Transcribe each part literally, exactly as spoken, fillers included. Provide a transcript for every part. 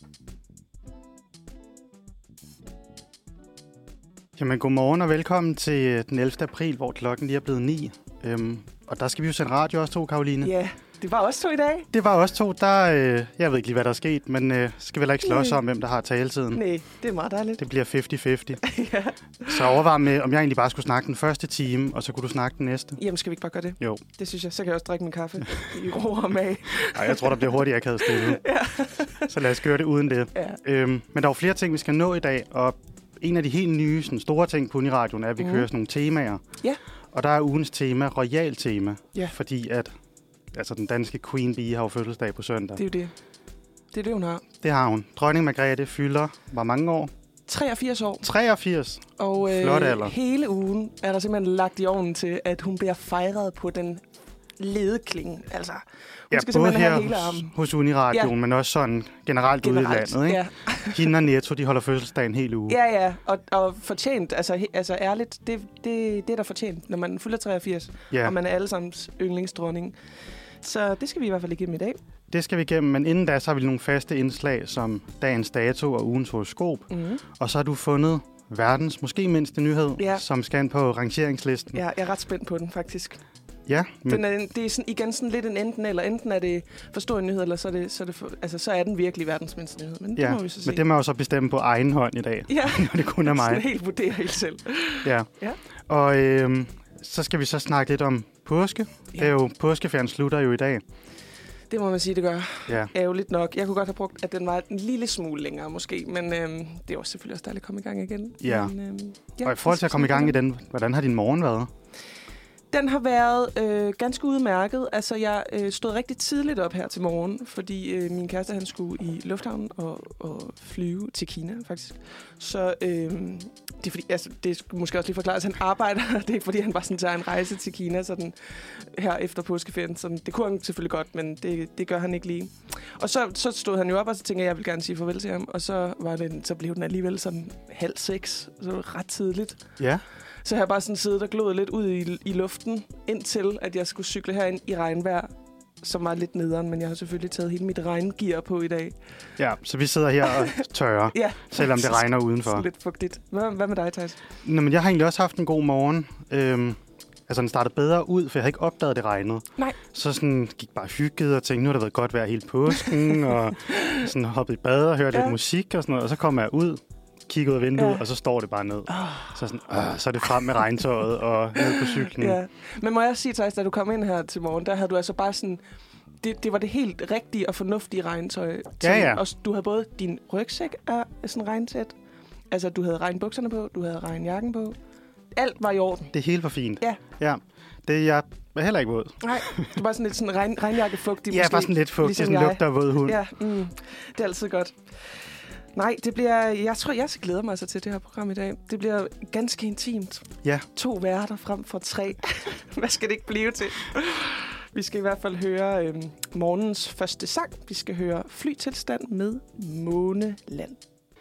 Jamen, godmorgen og velkommen til den ellevte april, hvor klokken lige er blevet ni. Øhm, og der skal vi jo sende radio også to, Karoline. Ja, det var også to i dag. Det var også to. Der, øh, jeg ved ikke lige, hvad der er sket, men øh, skal vi heller ikke slås om, hvem der har taletiden. Nej, det er meget dejligt. Det bliver halvtreds halvtreds. Ja. Så overvej med, om jeg egentlig bare skulle snakke den første time, og så kunne du snakke den næste. Jamen, skal vi ikke bare gøre det? Jo. Det synes jeg. Så kan jeg også drikke min kaffe i ro og mag. Ej, jeg tror, der bliver hurtigt akavet stille. Ja. Så lad os gøre det uden det. Ja. Øhm, men der er jo flere ting, vi skal nå i dag, og en af de helt nye, sådan store ting på Uniradioen er, at vi mm. kører sådan nogle temaer. Ja. Og der er ugens tema royal tema, ja. fordi at altså, den danske Queen Bee har jo fødselsdag på søndag. Det er jo det. Det er det, hun har. Det har hun. Dronning Margrethe fylder, hvor mange år? treogfirs år. treogfirs. Og øh, flot alder. Hele ugen er der simpelthen lagt i ovnen til, at hun bliver fejret på den ledeklinge. Altså, hun ja, skal både her have hele hos, hos Uniradioen, ja. men også sådan generelt, generelt ude i landet. Ikke? Ja. Hende og Netto, de holder fødselsdag en hel uge. Ja, ja. Og, og fortjent, altså, he, altså ærligt, det, det, det er der fortjent, når man fylder treogfirs, ja. og man er allesammens yndlingsdronning. Så det skal vi i hvert fald igennem i dag. Det skal vi igennem, men inden da, så har vi nogle faste indslag som dagens dato og ugens horoskop. Mm-hmm. Og så har du fundet verdens måske mindste nyhed, ja. som skal ind på rangeringslisten. Ja, jeg er ret spændt på den, faktisk. Ja, men den er, det er sådan, igen sådan lidt en enten eller. Enten er det for stor en nyhed, eller så er, det, så, er det for, altså, så er den virkelig verdens mindste nyhed. Men ja, det må vi så se. Men det må jeg jo så bestemme på egen hånd i dag, ja. når det kun er mig. Sådan helt vurdere helt selv. Ja, ja. og øhm, så skal vi så snakke lidt om påske. Ja. Det er jo, påskeferien slutter jo i dag. Det må man sige, det gør. Ja. Ærgerligt nok. Jeg kunne godt have brugt, at den var en lille smule længere måske, men øhm, det er også selvfølgelig også dejligt at komme i gang igen. Ja, men, øhm, ja og i forhold til at komme i gang i den, hvordan har din morgen været? Den har været øh, ganske udmærket. Altså, jeg øh, stod rigtig tidligt op her til morgen, fordi øh, min kæreste, han skulle i lufthavnen og, og flyve til Kina, faktisk. Så øh, det er fordi, altså, det er måske også lige forklaret, at han arbejder. Det er ikke fordi, han bare sådan tager en rejse til Kina sådan, her efter påskeferien. Sådan, det kunne han selvfølgelig godt, men det, det gør han ikke lige. Og så, så stod han jo op, og så tænkte jeg, at jeg vil gerne sige farvel til ham. Og så, var det, så blev den alligevel sådan halv seks, så ret tidligt. Ja. Så jeg har bare sådan siddet og glået lidt ud i, i luften, indtil at jeg skulle cykle herind i regnvejr, som var lidt nederen, men jeg har selvfølgelig taget hele mit regngear på i dag. Ja, så vi sidder her og tørrer, ja, selvom det regner udenfor. Så lidt fugtigt. Hvad, hvad med dig, Thijs? Nå, men jeg har egentlig også haft en god morgen. Øhm, altså, den startede bedre ud, for jeg havde ikke opdaget, at det regnede. Nej. Så sådan gik bare hygget og tænkte, nu har det været godt vejr hele påsken, og sådan hoppede i bad og hørte ja. lidt musik og sådan noget, og så kom jeg ud. Kigge ud af vinduet, ja. og så står det bare ned. Oh. Så, sådan, øh, så er det frem med regntøjet og ned på cyklen. Ja. Men må jeg sige, Thijs, da du kom ind her til morgen, der havde du altså bare sådan... Det, det var det helt rigtige og fornuftige regntøj. Til, ja, ja. Og du havde både din rygsæk af sådan regntæt. Altså, du havde regnbukserne på, du havde regnjakken på. Alt var i orden. Det hele var fint. Ja. Ja. Det jeg var heller ikke våd. Nej, det var sådan lidt sådan regn, regnjakkefugtig. Ja, måske, bare sådan lidt fugtig. ligesom sådan lugter af våd hund. Ja, mm, det er altid godt. Nej, det bliver... Jeg tror, jeg glæder mig altså til det her program i dag. Det bliver ganske intimt. Ja. To værter frem for tre. Hvad skal det ikke blive til? Vi skal i hvert fald høre øhm, morgens første sang. Vi skal høre Flytilstand med Måneland.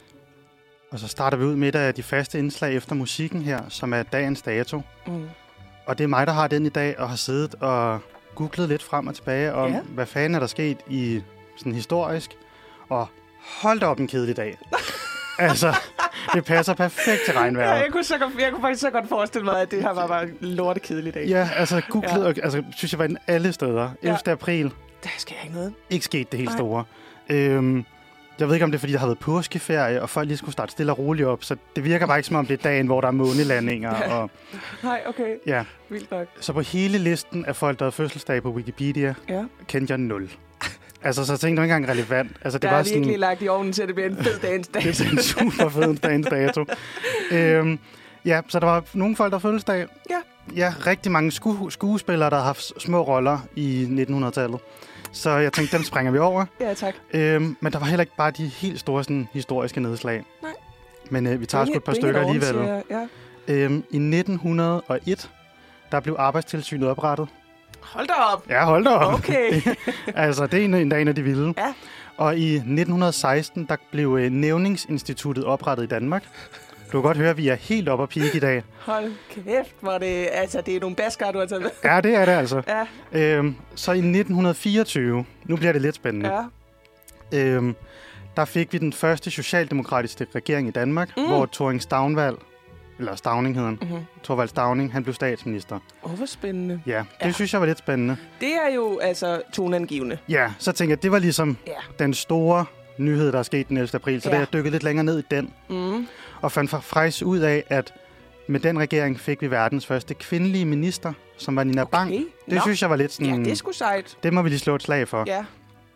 Og så starter vi ud med et af de faste indslag efter musikken her, som er dagens dato. Mm. Og det er mig, der har den i dag, og har siddet og googlet lidt frem og tilbage om, ja. hvad fanden er der sket i sådan historisk. Og hold da op en kedelig dag. Altså, det passer perfekt til regnvejret. Ja, jeg, kunne så godt, jeg kunne faktisk så godt forestille mig, at det her var bare en lortekedelig dag. Ja, altså googlet, ja. og, altså, synes jeg var den alle steder. ellevte april. Der sker ikke noget. Ikke sket det helt Nej. store. Øhm, jeg ved ikke, om det er, fordi der har været påskeferie, og folk lige skulle starte stille og roligt op. Så det virker bare ikke, som om det er dagen, hvor der er månelandinger. Ja. Og, Nej, okay. Ja. Vildt nok. Så på hele listen af folk, der havde fødselsdag på Wikipedia, ja. kendte jeg nul. Altså, så tænkte jeg ikke engang relevant. Altså, det der var er sådan, virkelig lagt i ovnen til, at det bliver en fed dagens dato. Det bliver en super fed dagens dato. øhm, ja, så der var nogle folk, der fødselsdag. Ja. Ja, rigtig mange sku- skuespillere, der har haft små roller i nitten hundrede-tallet. Så jeg tænkte, dem springer vi over. Ja, tak. Øhm, men der var heller ikke bare de helt store sådan, historiske nedslag. Nej. Men øh, vi tager sgu et par stykker alligevel. Ja. Øhm, I nitten hundrede og et, der blev Arbejdstilsynet oprettet. Hold da op! Ja, hold da op. Okay. Altså, det er en, en af de vilde. Ja. Og i nitten seksten, der blev øh, Nævningsinstituttet oprettet i Danmark. Du kan godt høre, at vi er helt oppe at peak i dag. Hold kæft, hvor det... Altså, det er nogle basker, du har taget med. Ja, det er det altså. Ja. Øhm, så i nitten fireogtyve, nu bliver det lidt spændende. Ja. Øhm, der fik vi den første socialdemokratiske regering i Danmark, mm. hvor Thorvald Stauning, eller Stauning hed han, mm-hmm. Thorvald Stauning, han blev statsminister. Åh, oh, hvor spændende. Ja, det ja. synes jeg var lidt spændende. Det er jo altså toneangivende. Ja, så tænker jeg, det var ligesom ja. den store nyhed, der er sket den ellevte april, så ja. der jeg dykket lidt længere ned i den. Mm. Og fandt faktisk ud af, at med den regering fik vi verdens første kvindelige minister, som var Nina okay. Bang. Det Nå. synes jeg var lidt sådan... Ja, det er sgu sejt. Det må vi lige slå et slag for. Ja.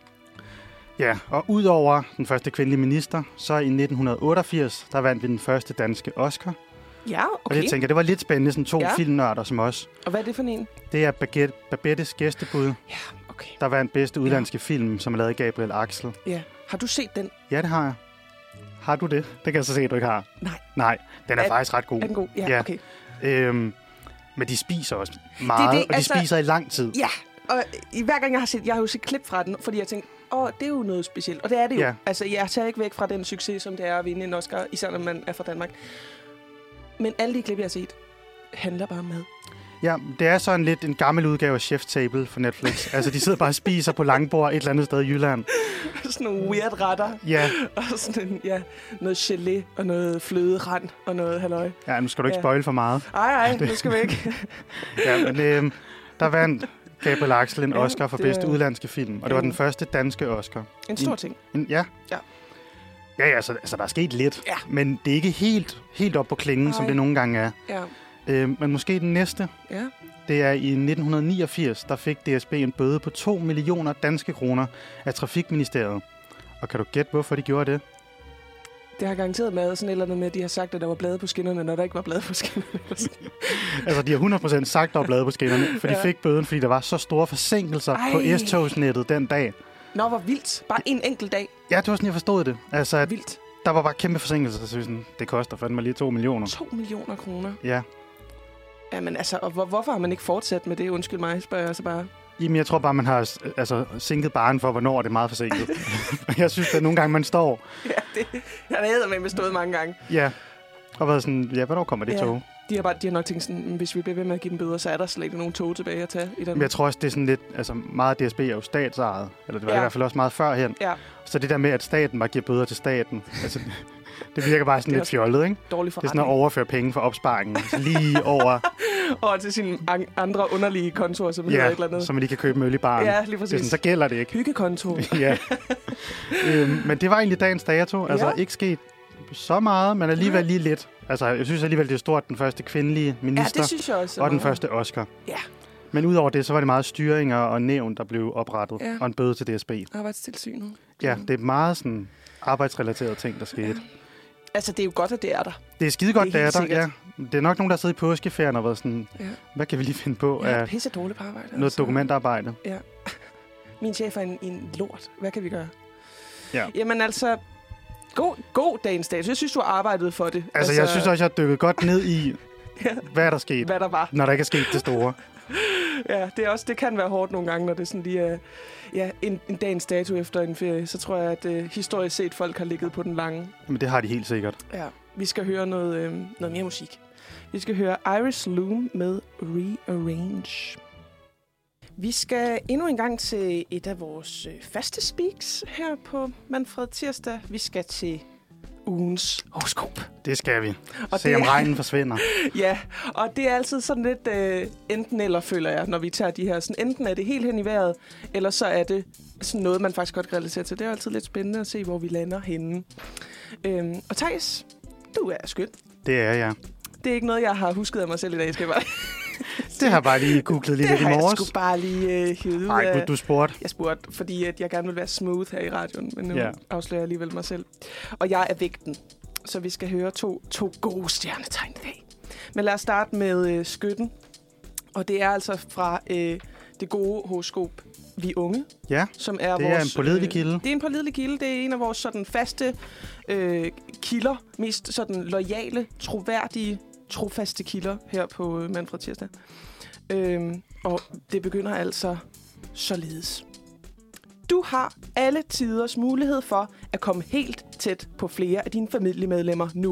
Ja, og udover den første kvindelige minister, så i nitten otteogfirs, der vandt vi den første danske Oscar. Ja, okay. Og det tænker jeg, det var lidt spændende, sådan to ja. filmnørder som os. Og hvad er det for en? Det er Baguette, Babettes Gæstebud, ja, okay. der vandt bedste udlandske ja. film, som er lavet af Gabriel Axel. Ja. Har du set den? Ja, det har jeg. Har du det? Det kan jeg så se, at du ikke har. Nej. Nej, den er, er faktisk ret god. Er den god? Ja, ja. okay. Øhm, men de spiser også meget, det, det, og de altså, spiser i lang tid. Ja, og i hver gang jeg har set, jeg har jo set klip fra den, fordi jeg tænkte, åh, det er jo noget specielt. Og det er det jo. Ja. Altså, jeg tager ikke væk fra den succes, som det er at vinde en Oscar, især når man er fra Danmark. Men alle de klip, jeg har set, handler bare om mad. Ja, det er sådan lidt en gammel udgave af Chef's Table for Netflix. Altså, de sidder bare og spiser på langbord et eller andet sted i Jylland. Sådan nogle weird retter. Ja. Og sådan en, ja, noget gelé og noget fløderand og noget halløj. Ja, nu skal du ikke ja. spoile for meget. Ej, ej, nu skal vi ikke. Ja, men øh, der vandt Gabriel Axel en ja, Oscar for bedste er... udlandske film. Og det var den første danske Oscar. En stor ting. En, ja. Ja. Ja, ja, så altså, der er sket lidt. Ja. Men det er ikke helt, helt op på klingen, ej. som det nogle gange er. Ja. Øh, men måske den næste. Ja. Det er i nitten niogfirs, der fik D S B en bøde på to millioner danske kroner af Trafikministeriet. Og kan du gætte, hvorfor de gjorde det? Det har garanteret med sådan et eller andet med, at de har sagt, at der var blade på skinnerne, når der ikke var blade på skinnerne. Altså, de har hundrede procent sagt, at der var blade på skinnerne, for ja. de fik bøden, fordi der var så store forsinkelser Ej. på S-togsnettet den dag. Nå, hvor vildt. Bare en enkelt dag. Ja, det var sådan, jeg forstod det. Altså, at vildt. Der var bare kæmpe forsinkelser, så sådan, det koster fandme lige to millioner. To millioner kroner? Ja. Jamen altså, og hvor, hvorfor har man ikke fortsat med det? Undskyld mig, spørger jeg så bare. Jamen, jeg tror bare, man har altså, sænket barren for, hvornår det er meget forsinket. Jeg synes, at nogle gange, man står... Ja, det jeg har eddermame med stået mange gange. Ja, og været sådan, ja, hvornår kommer det ja. tog? De har, bare, de har nok tænkt sådan, hvis vi bliver ved med at give dem bøder, så er der slet ikke nogen tog tilbage at tage i den. Men jeg tror også, det er sådan lidt... Altså, meget D S B er jo statsejet. Eller det var ja. i hvert fald også meget førhen. Ja. Så det der med, at staten bare giver bøder til staten... altså, det virker bare sådan lidt fjollet, ikke? Dårlig forretning. Det er sådan at overføre penge fra opsparingen lige over... og til sine andre underlige kontorer, som ja, hedder et eller andet. som man lige kan købe øl i baren. Ja, lige præcis. Det sådan, så gælder det ikke. Hyggekonto. ja. øhm, men det var egentlig dagens dato. Altså ja. ikke sket så meget, men alligevel lige lidt. Altså, jeg synes alligevel, det er stort, den første kvindelige minister. Ja, det synes jeg også. Og den første Oscar. Ja. Men udover det, så var det meget styringer og nævn, der blev oprettet. Ja. Og en bøde til D S B. Arbejdstilsynet. Ja, det er meget sådan arbejdsrelaterede ting, der skete. Ja. Altså, det er jo godt, at det er der. Det er skide godt, det er, det er der, ja. Det er nok nogen, der sidder i påskeferien og været sådan, ja. hvad kan vi lige finde på? Ja, pisse dårligt på arbejde. Noget altså. dokumentarbejde. Ja. Min chef er en, en lort. Hvad kan vi gøre? Ja. Jamen altså, god, god dagens dag. Jeg synes, du har arbejdet for det. Altså, altså jeg synes også, jeg har dykket godt ned i, ja. hvad er der sket? Hvad der var. Når der ikke er sket det store. Ja, det, er også, det kan være hårdt nogle gange, når det sådan lige er ja, en, en dagens dato efter en ferie. Så tror jeg, at uh, historisk set folk har ligget på den lange. Men det har de helt sikkert. Ja, vi skal høre noget, øh, noget mere musik. Vi skal høre Iris Loom med Rearrange. Vi skal endnu en gang til et af vores øh, faste speaks her på Manfred Tirsdag. Vi skal til ugens horoskop. Det skal vi. Og se om regnen forsvinder. Ja, og det er altid sådan lidt øh, enten eller, føler jeg, når vi tager de her. Sådan, enten er det helt hen i vejret, eller så er det sådan noget, man faktisk godt kan relatere til. Det er altid lidt spændende at se, hvor vi lander henne. Øhm, og Theis, du er skøn. Det er jeg. Det er ikke noget, jeg har husket af mig selv i dag, skal jeg bare... Det har jeg bare lige googlet lige lidt i morges. Det har jeg sgu bare lige uh, hivet ud af... Ej, du spurgte. Jeg spurgte, fordi at jeg gerne vil være smooth her i radioen, men nu yeah. afslører jeg alligevel mig selv. Og jeg er vægten, så vi skal høre to, to gode stjernetegn i dag. Men lad os starte med uh, skytten. Og det er altså fra uh, det gode horoskop Vi Unge. Ja, som er det vores, er en pålidelig kilde. Øh, det er en pålidelig kilde. Det er en af vores sådan faste øh, kilder. Mest sådan loyale, troværdige, trofaste kilder her på øh, Manfred Tirsdag. Øhm, og det begynder altså således. Du har alle tiders mulighed for at komme helt tæt på flere af dine familiemedlemmer nu.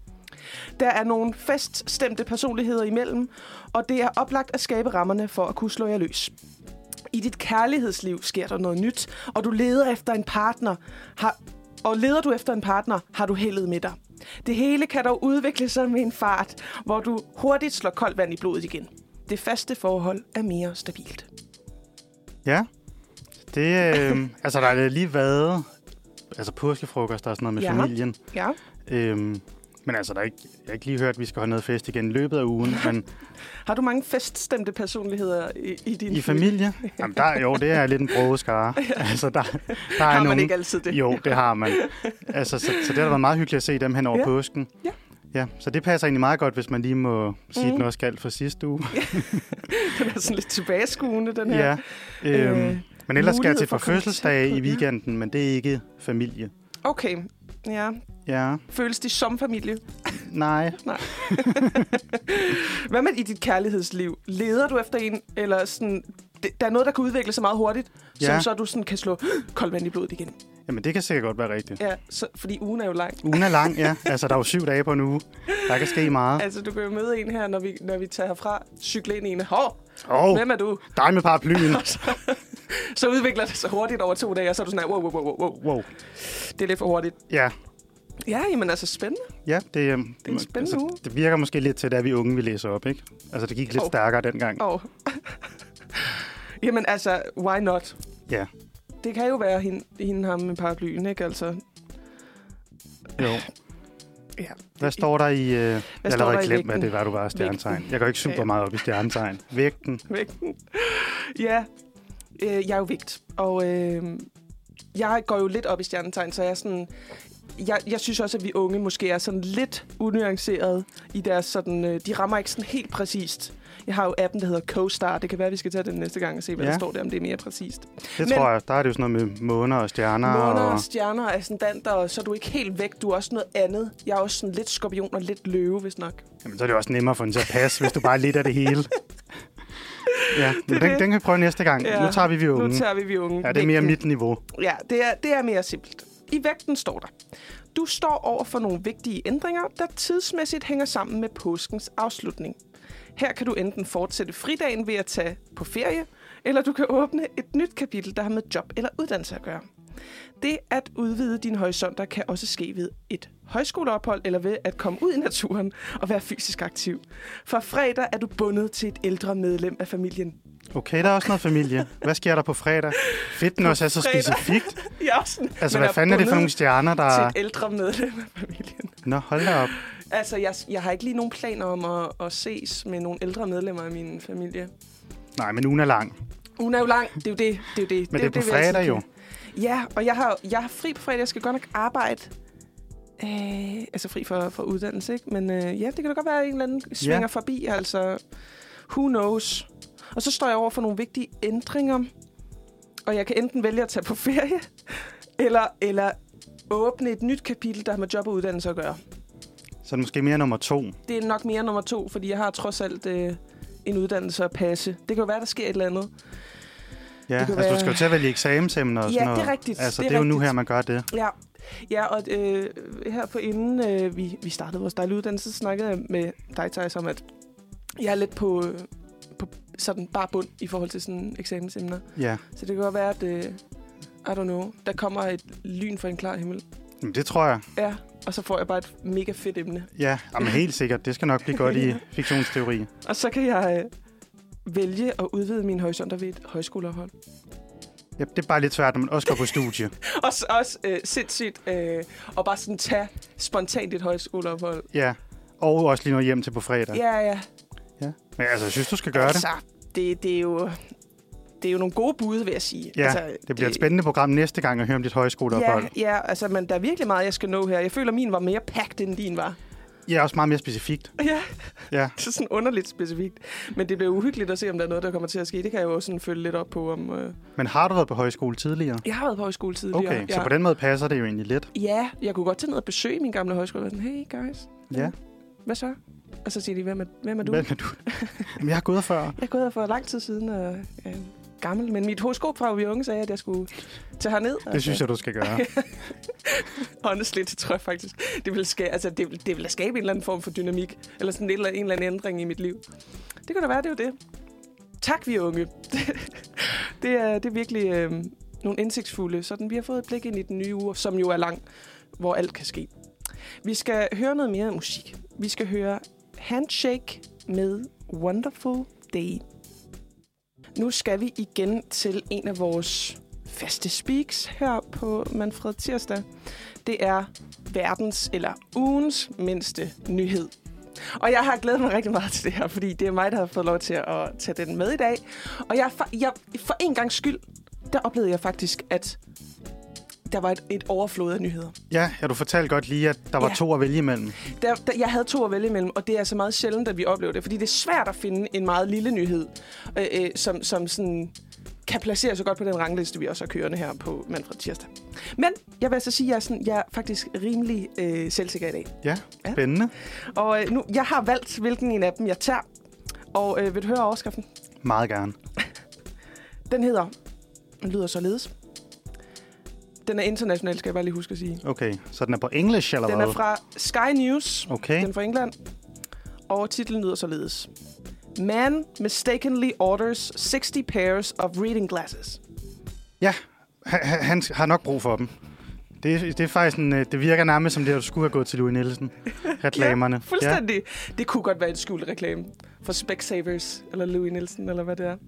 Der er nogle feststemte personligheder imellem, og det er oplagt at skabe rammerne for at kunne slå jer løs. I dit kærlighedsliv sker der noget nyt, og du leder efter en partner, har Og leder du efter en partner, har du heldet med dig. Det hele kan dog udvikle sig med en fart, hvor du hurtigt slår koldt vand i blodet igen. Det faste forhold er mere stabilt. Ja, det øh, altså der er lige været altså påskefrokost og sådan noget med ja. familien. Ja. Øhm, men altså, der er ikke, jeg har ikke lige hørt, at vi skal holde noget fest igen i løbet af ugen. Men har du mange feststemte personligheder i, i din I familie? Jamen, der, jo, det er lidt en broge skare. ja. Altså, der, der har er man nogen, ikke altid det? Jo, det har man. Altså, så, så det har været meget hyggeligt at se dem hen over ja. påsken. Ja. Ja, så det passer egentlig meget godt, hvis man lige må sige, mm. den også galt fra sidste uge. Den er sådan lidt tilbageskuende, den her. Ja, øhm, øh, men ellers skal jeg til for fødselsdag i weekenden, ja. Men det er ikke familie. Okay, ja. Ja. Føles de som familie? Nej. Nej. Hvad med i dit kærlighedsliv? Leder du efter en, eller sådan, der er noget, der kan udvikle sig meget hurtigt, ja. Som så du sådan kan slå koldt vand i blodet igen? Jamen, det kan sikkert godt være rigtigt. Ja, så, fordi ugen er jo lang. Ugen er lang, ja. Altså, der er jo syv dage på en uge. Der kan ske meget. Altså, du kan jo møde en her, når vi, når vi tager herfra, cykle ind i en. Hov, oh, hvem er du? Dig med paraplyen. så, så udvikler det sig hurtigt over to dage, og så er du sådan her, wow, wow, wow, wow. wow. Det er lidt for hurtigt. Ja. Ja, jamen altså spændende. Ja, det, det er en spændende altså, uge. Det virker måske lidt til, at vi unge, vi læser op, ikke? Altså, det gik lidt oh. stærkere dengang. Oh. Jamen altså, why not? Ja. Det kan jo være hende, hende ham med paraplyen, ikke? Altså. Jo. Ja. Hvad står der i... Øh, jeg har allerede glemt, hvad det var, du var stjernetegn. Jeg går ikke super ja. meget op i stjernetegn. Vægten. Vægten. Ja. Øh, jeg er jo vægt. Og øh, jeg går jo lidt op i stjernetegn, så jeg er sådan... Jeg, jeg synes også, at vi unge måske er sådan lidt unuanceret i deres sådan... Øh, de rammer ikke sådan helt præcist. Jeg har jo appen, der hedder CoStar. Det kan være, at vi skal tage den næste gang og se, hvad ja. der står der, om det er mere præcist. Det Men, tror jeg. Der er det jo sådan noget med måner og stjerner. Måner og, og stjerner og ascendanter, og så er du ikke helt væk. Du er også noget andet. Jeg er også sådan lidt skorpion og lidt løve, hvis nok. Jamen, så er det også nemmere for den til at passe, hvis du bare er lidt af det hele. Ja, men den, den kan vi prøve næste gang. Ja, nu tager vi vi unge. Nu tager vi vi unge. Ja, det er mere mit niveau. Ja, det er, det er mere simpelt. I vægten står der: du står over for nogle vigtige ændringer, der tidsmæssigt hænger sammen med påskens afslutning. Her kan du enten fortsætte fridagen ved at tage på ferie, eller du kan åbne et nyt kapitel, der har med job eller uddannelse at gøre. Det at udvide dine horisonter kan også ske ved et højskoleophold, eller ved at komme ud i naturen og være fysisk aktiv. Fra fredag er du bundet til et ældre medlem af familien. Okay, der er også noget familie. Hvad sker der på fredag? Fitness er så specifikt. Ja, sådan, altså, hvad fanden er det for nogle stjerner, der... til et ældre medlem af familien. Nå, hold da op. Altså, jeg, jeg har ikke lige nogen planer om at, at ses med nogle ældre medlemmer af min familie. Nej, men ugen er lang. Ugen er jo lang, det er jo det. det, er jo det. Men det det er på fredag jo. Ja, og jeg har, jeg har fri på fredag. Jeg skal godt nok arbejde. Øh, altså fri for, for uddannelse, ikke? Men øh, ja, det kan da godt være, at en eller anden svinger ja. forbi. Altså, who knows? Og så står jeg over for nogle vigtige ændringer. Og jeg kan enten vælge at tage på ferie, eller, eller åbne et nyt kapitel, der har med job og uddannelse at gøre. Så er det måske mere nummer to? Det er nok mere nummer to, fordi jeg har trods alt øh, en uddannelse at passe. Det kan jo være, der sker et eller andet. Ja, altså være... du skal jo til at vælge eksamensemner og ja, sådan noget. Ja, det er rigtigt. Altså, det er, det er rigtigt. jo nu her, man gør det. Ja, ja og øh, her på inden øh, vi, vi startede vores dejlige uddannelse, så snakkede jeg med dig, Thijs, om, at jeg er lidt på, øh, på sådan bare bund i forhold til sådan eksamensemner. Ja. Så det kan godt være, at øh, I don't know, der kommer et lyn fra en klar himmel. Jamen, det tror jeg. Ja, og så får jeg bare et mega fedt emne. Ja, jamen, helt sikkert. Det skal nok blive godt i fiktionsteori. Og så kan jeg øh, vælge at udvide mine horisonter ved et højskoleophold. Ja, det er bare lidt svært, når man også går på studie. også også øh, sindssygt øh, og bare sådan tage spontant et højskoleophold. Ja, og også lige noget hjem til på fredag. Ja, ja. Ja. Men altså, jeg synes, du skal gøre altså, det. det. Det er jo... Det er jo nogle gode bud, vil jeg sige. Ja, altså, det bliver det, et spændende program næste gang at høre om dit højskoleophold. Ja, ja, altså, men der er virkelig meget, jeg skal nå her. Jeg føler, min var mere packed, end din var. Ja, også meget mere specifikt. Ja, ja. Det er sådan underligt specifikt. Men det bliver uhyggeligt at se, om der er noget, der kommer til at ske. Det kan jeg jo også sådan følge lidt op på. Om, øh... Men har du været på højskole tidligere? Jeg har været på højskole tidligere. Okay, ja. Så på den måde passer det jo egentlig lidt. Ja, jeg kunne godt tage ned og besøge min gamle højskole. Sådan, hey guys. Ja. Hvad så? Og så siger de, hvem er, hvem er du? Hvem er du? Jamen, jeg har gået her før. Jeg har gået her for lang tid siden, og øh, gammel. Men mit horoskop fra vi unge sagde, at jeg skulle tage herned. Det altså. Synes jeg, du skal gøre. Honestly, det tror jeg faktisk. Det vil, skabe, altså, det, vil, det vil skabe en eller anden form for dynamik. Eller sådan en eller, en eller anden ændring i mit liv. Det kan da være, det er jo det. Tak, vi unge. det, er, det er virkelig... Øh, nogle indsigtsfulde, sådan vi har fået et blik ind i den nye uge, som jo er lang, hvor alt kan ske. Vi skal høre noget mere musik. Vi skal høre Handshake med Wonderful Day. Nu skal vi igen til en af vores faste speaks her på Manfred Tirsdag. Det er verdens eller ugens mindste nyhed. Og jeg har glædet mig rigtig meget til det her, fordi det er mig, der har fået lov til at tage den med i dag. Og jeg, for, jeg, for en gangs skyld, der oplevede jeg faktisk, at der var et, et overflod af nyheder. Ja, ja, du fortalte godt lige, at der var ja. to at vælge imellem. Der, der, jeg havde to at vælge imellem, og det er så meget sjældent, at vi oplever det. Fordi det er svært at finde en meget lille nyhed, øh, øh, som, som sådan kan placere så godt på den rangliste, vi også har kørende her på Manfred Tirsdag. Men jeg vil altså sige, at jeg er, sådan, jeg er faktisk rimelig øh, selvsikker i dag. Ja, spændende. Ja. Og øh, nu, jeg har valgt, hvilken en af dem jeg tager. Og øh, vil du høre overskriften? Meget gerne. Den hedder, den lyder således. Den er international, skal jeg bare lige huske at sige. Okay, så den er på engelsk, eller den hvad? Den er fra Sky News. Okay. Den er fra England. Og titlen lyder således. Man mistakenly orders sixty pairs of reading glasses. Ja, han, han har nok brug for dem. Det, det er faktisk en, det virker nærmest som det, du skulle have gået til Louis Nielsen. Reklamerne. Ja, fuldstændig. Ja. Det kunne godt være et skjult reklame for Specsavers, eller Louis Nielsen, eller hvad det er.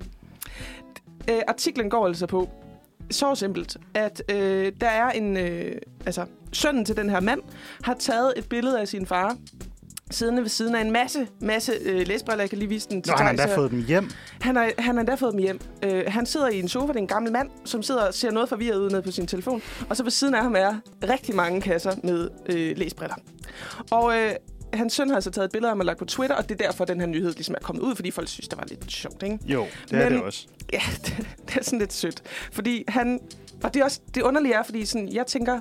Æ, artiklen går altså på, så simpelt, at øh, der er en... Øh, altså, sønnen til den her mand har taget et billede af sin far, siddende ved siden af en masse, masse øh, læsbriller. Jeg kan lige vise den til. Nå, han har endda fået dem hjem. Han har, han har endda fået dem hjem. Øh, han sidder i en sofa, det er en gammel mand, som sidder og ser noget forvirret ud nede på sin telefon. Og så ved siden af ham er rigtig mange kasser med øh, læsbriller. Og øh, hans søn har altså taget et billede af ham og lagt på Twitter, og det er derfor, den her nyhed ligesom er kommet ud, fordi folk synes, det var lidt sjovt, ikke? Jo, det er Men, det også. Ja, det, det er sådan lidt sødt. Fordi han... Og det er også det underlige er, fordi sådan, jeg tænker...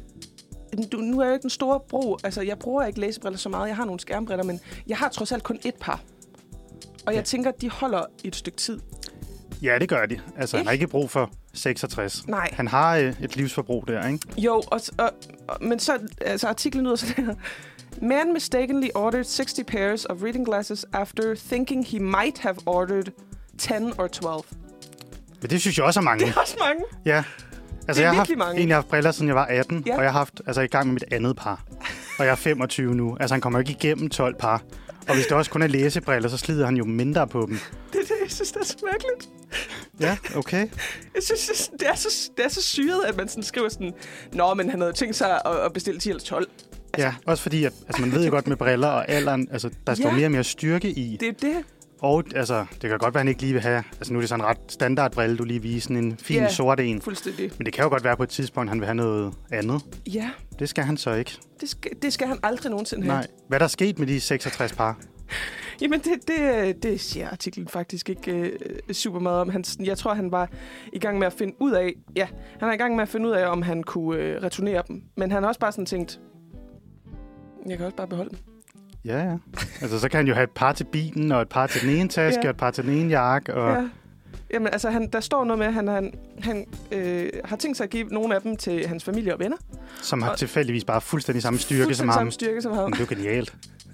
Du, nu er jeg jo ikke den store brug. Altså, jeg bruger ikke læsebriller så meget. Jeg har nogle skærmbriller, men jeg har trods alt kun et par. Og jeg ja. tænker, at de holder et stykke tid. Ja, det gør de. Altså, ikke? Han har ikke brug for seksogtres. Nej. Han har øh, et livsforbrug der, ikke? Jo, og, og, og, men så... Altså, artiklen lyder sådan her. Man mistakenly ordered sixty pairs of reading glasses after thinking he might have ordered ten or twelve. Men det synes jeg også er mange. Det er også mange. Ja. Altså, jeg har haft, egentlig haft briller, siden jeg var atten, ja. og jeg har haft altså, i gang med mit andet par. Og jeg er femogtyve nu. Altså, han kommer ikke igennem tolv par. Og hvis det også kun er læsebriller, så slider han jo mindre på dem. Det er det, jeg synes, det er så mærkeligt. Ja, okay. Jeg synes, det er så, det er så syret, at man sådan skriver sådan, nå, men han havde tænkt sig at bestille ti eller tolv. Altså, ja, også fordi, at altså, man ved jo godt med briller og alderen, altså, der står ja. mere og mere styrke i. Det er det. Og altså, det kan godt være, han ikke lige vil have... Altså, nu er det sådan en ret standardbrille, du lige viser, en fin ja, sort en. Fuldstændig. Men det kan jo godt være på et tidspunkt, han vil have noget andet. Ja. Det skal han så ikke. Det skal, det skal han aldrig nogensinde have. Nej. Hvad er der sket med de seksogtres par? Jamen, det, det, det siger artiklen faktisk ikke øh, super meget om. Han, jeg tror, han var i gang med at finde ud af... Ja, han er i gang med at finde ud af, om han kunne øh, returnere dem. Men han har også bare sådan tænkt... Jeg kan også bare beholde dem. Ja, ja. Altså, så kan han jo have et par til bilen, og et par til den ene taske, ja. og et par til den ene jakke. Og... Ja. Jamen, altså, han, der står noget med, at han, han, han øh, har tænkt sig at give nogle af dem til hans familie og venner. Som har og tilfældigvis bare fuldstændig samme styrke fuldstændig som ham. samme styrke som ham. Men det er jo genialt.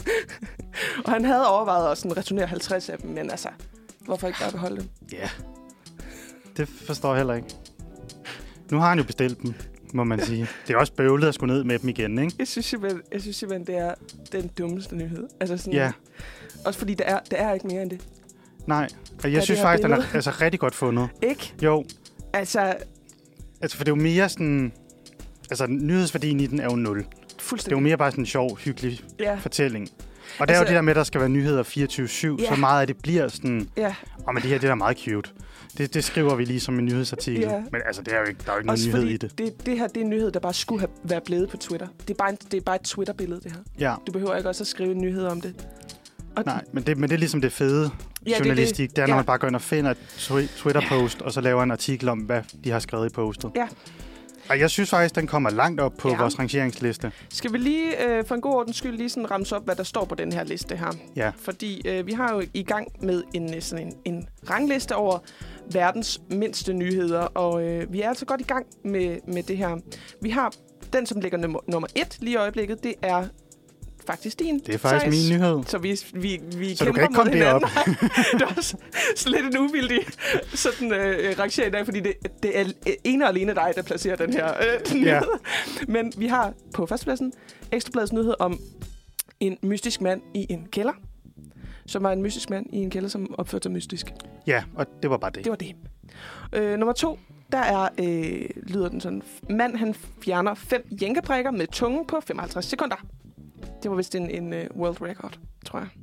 Og han havde overvejet at sådan returnere halvtreds af dem, men altså, hvorfor ikke bare beholde dem? Ja, yeah. Det forstår jeg heller ikke. Nu har han jo bestilt dem, må man sige. Det er også bøvlet at skulle ned med dem igen, ikke? Jeg synes simpelthen, jeg synes simpelthen det er den dummeste nyhed. Altså sådan, ja. Også fordi der er, der er ikke mere end det. Nej, og jeg er synes faktisk, billede? den er altså rigtig godt fundet. Ikke? Jo. Altså... Altså, for det er jo mere sådan... Altså, nyhedsværdien i den er jo nul. Fuldstændig. Det er jo mere bare sådan en sjov, hyggelig ja. fortælling. Og det er altså, jo det der med, at der skal være nyheder fireogtyve syv, ja. så meget af det bliver sådan... Ja. Og men det her, det er da meget cute. Det, det skriver vi lige som en nyhedsartikel. Ja. Men altså, det er jo ikke, der er jo ikke også nogen nyhed i det. det. Det her, det er en nyhed, der bare skulle have været blevet på Twitter. Det er bare, en, det er bare et Twitter-billede, det her. Ja. Du behøver ikke også at skrive en nyhed om det. Og Nej, men det, men det er ligesom det fede ja, journalistik. Det, det. det er, når ja. man bare går ind og finder et Twitter-post, ja. og så laver en artikel om, hvad de har skrevet i postet. Ja. Og jeg synes faktisk, den kommer langt op på ja. vores rangeringsliste. Skal vi lige øh, for en god ordens skyld lige sådan ramse op, hvad der står på den her liste her? Ja. Fordi øh, vi har jo i gang med en, sådan en, en rangliste over verdens mindste nyheder, og øh, vi er altså godt i gang med, med det her. Vi har den, som ligger nummer, nummer et lige i øjeblikket, det er faktisk din. Det er faktisk Theis. min nyhed. Så vi, vi, vi så du kan ikke komme derop. Det er også lidt en uvildig sådan, øh, rangering i dag, fordi det, det er ene og alene dig, der placerer den her øh, nyhed. Ja. Men vi har på førstepladsen Ekstrabladets nyhed om en mystisk mand i en kælder. Som var en mystisk mand i en kælder, som opførte sig mystisk. Ja, og det var bare det. Det var det. Øh, nummer to, der er, øh, lyder den sådan, mand han fjerner fem jænkeprikker med tungen på femoghalvtreds sekunder. Det var vist en, en uh, world record, tror jeg.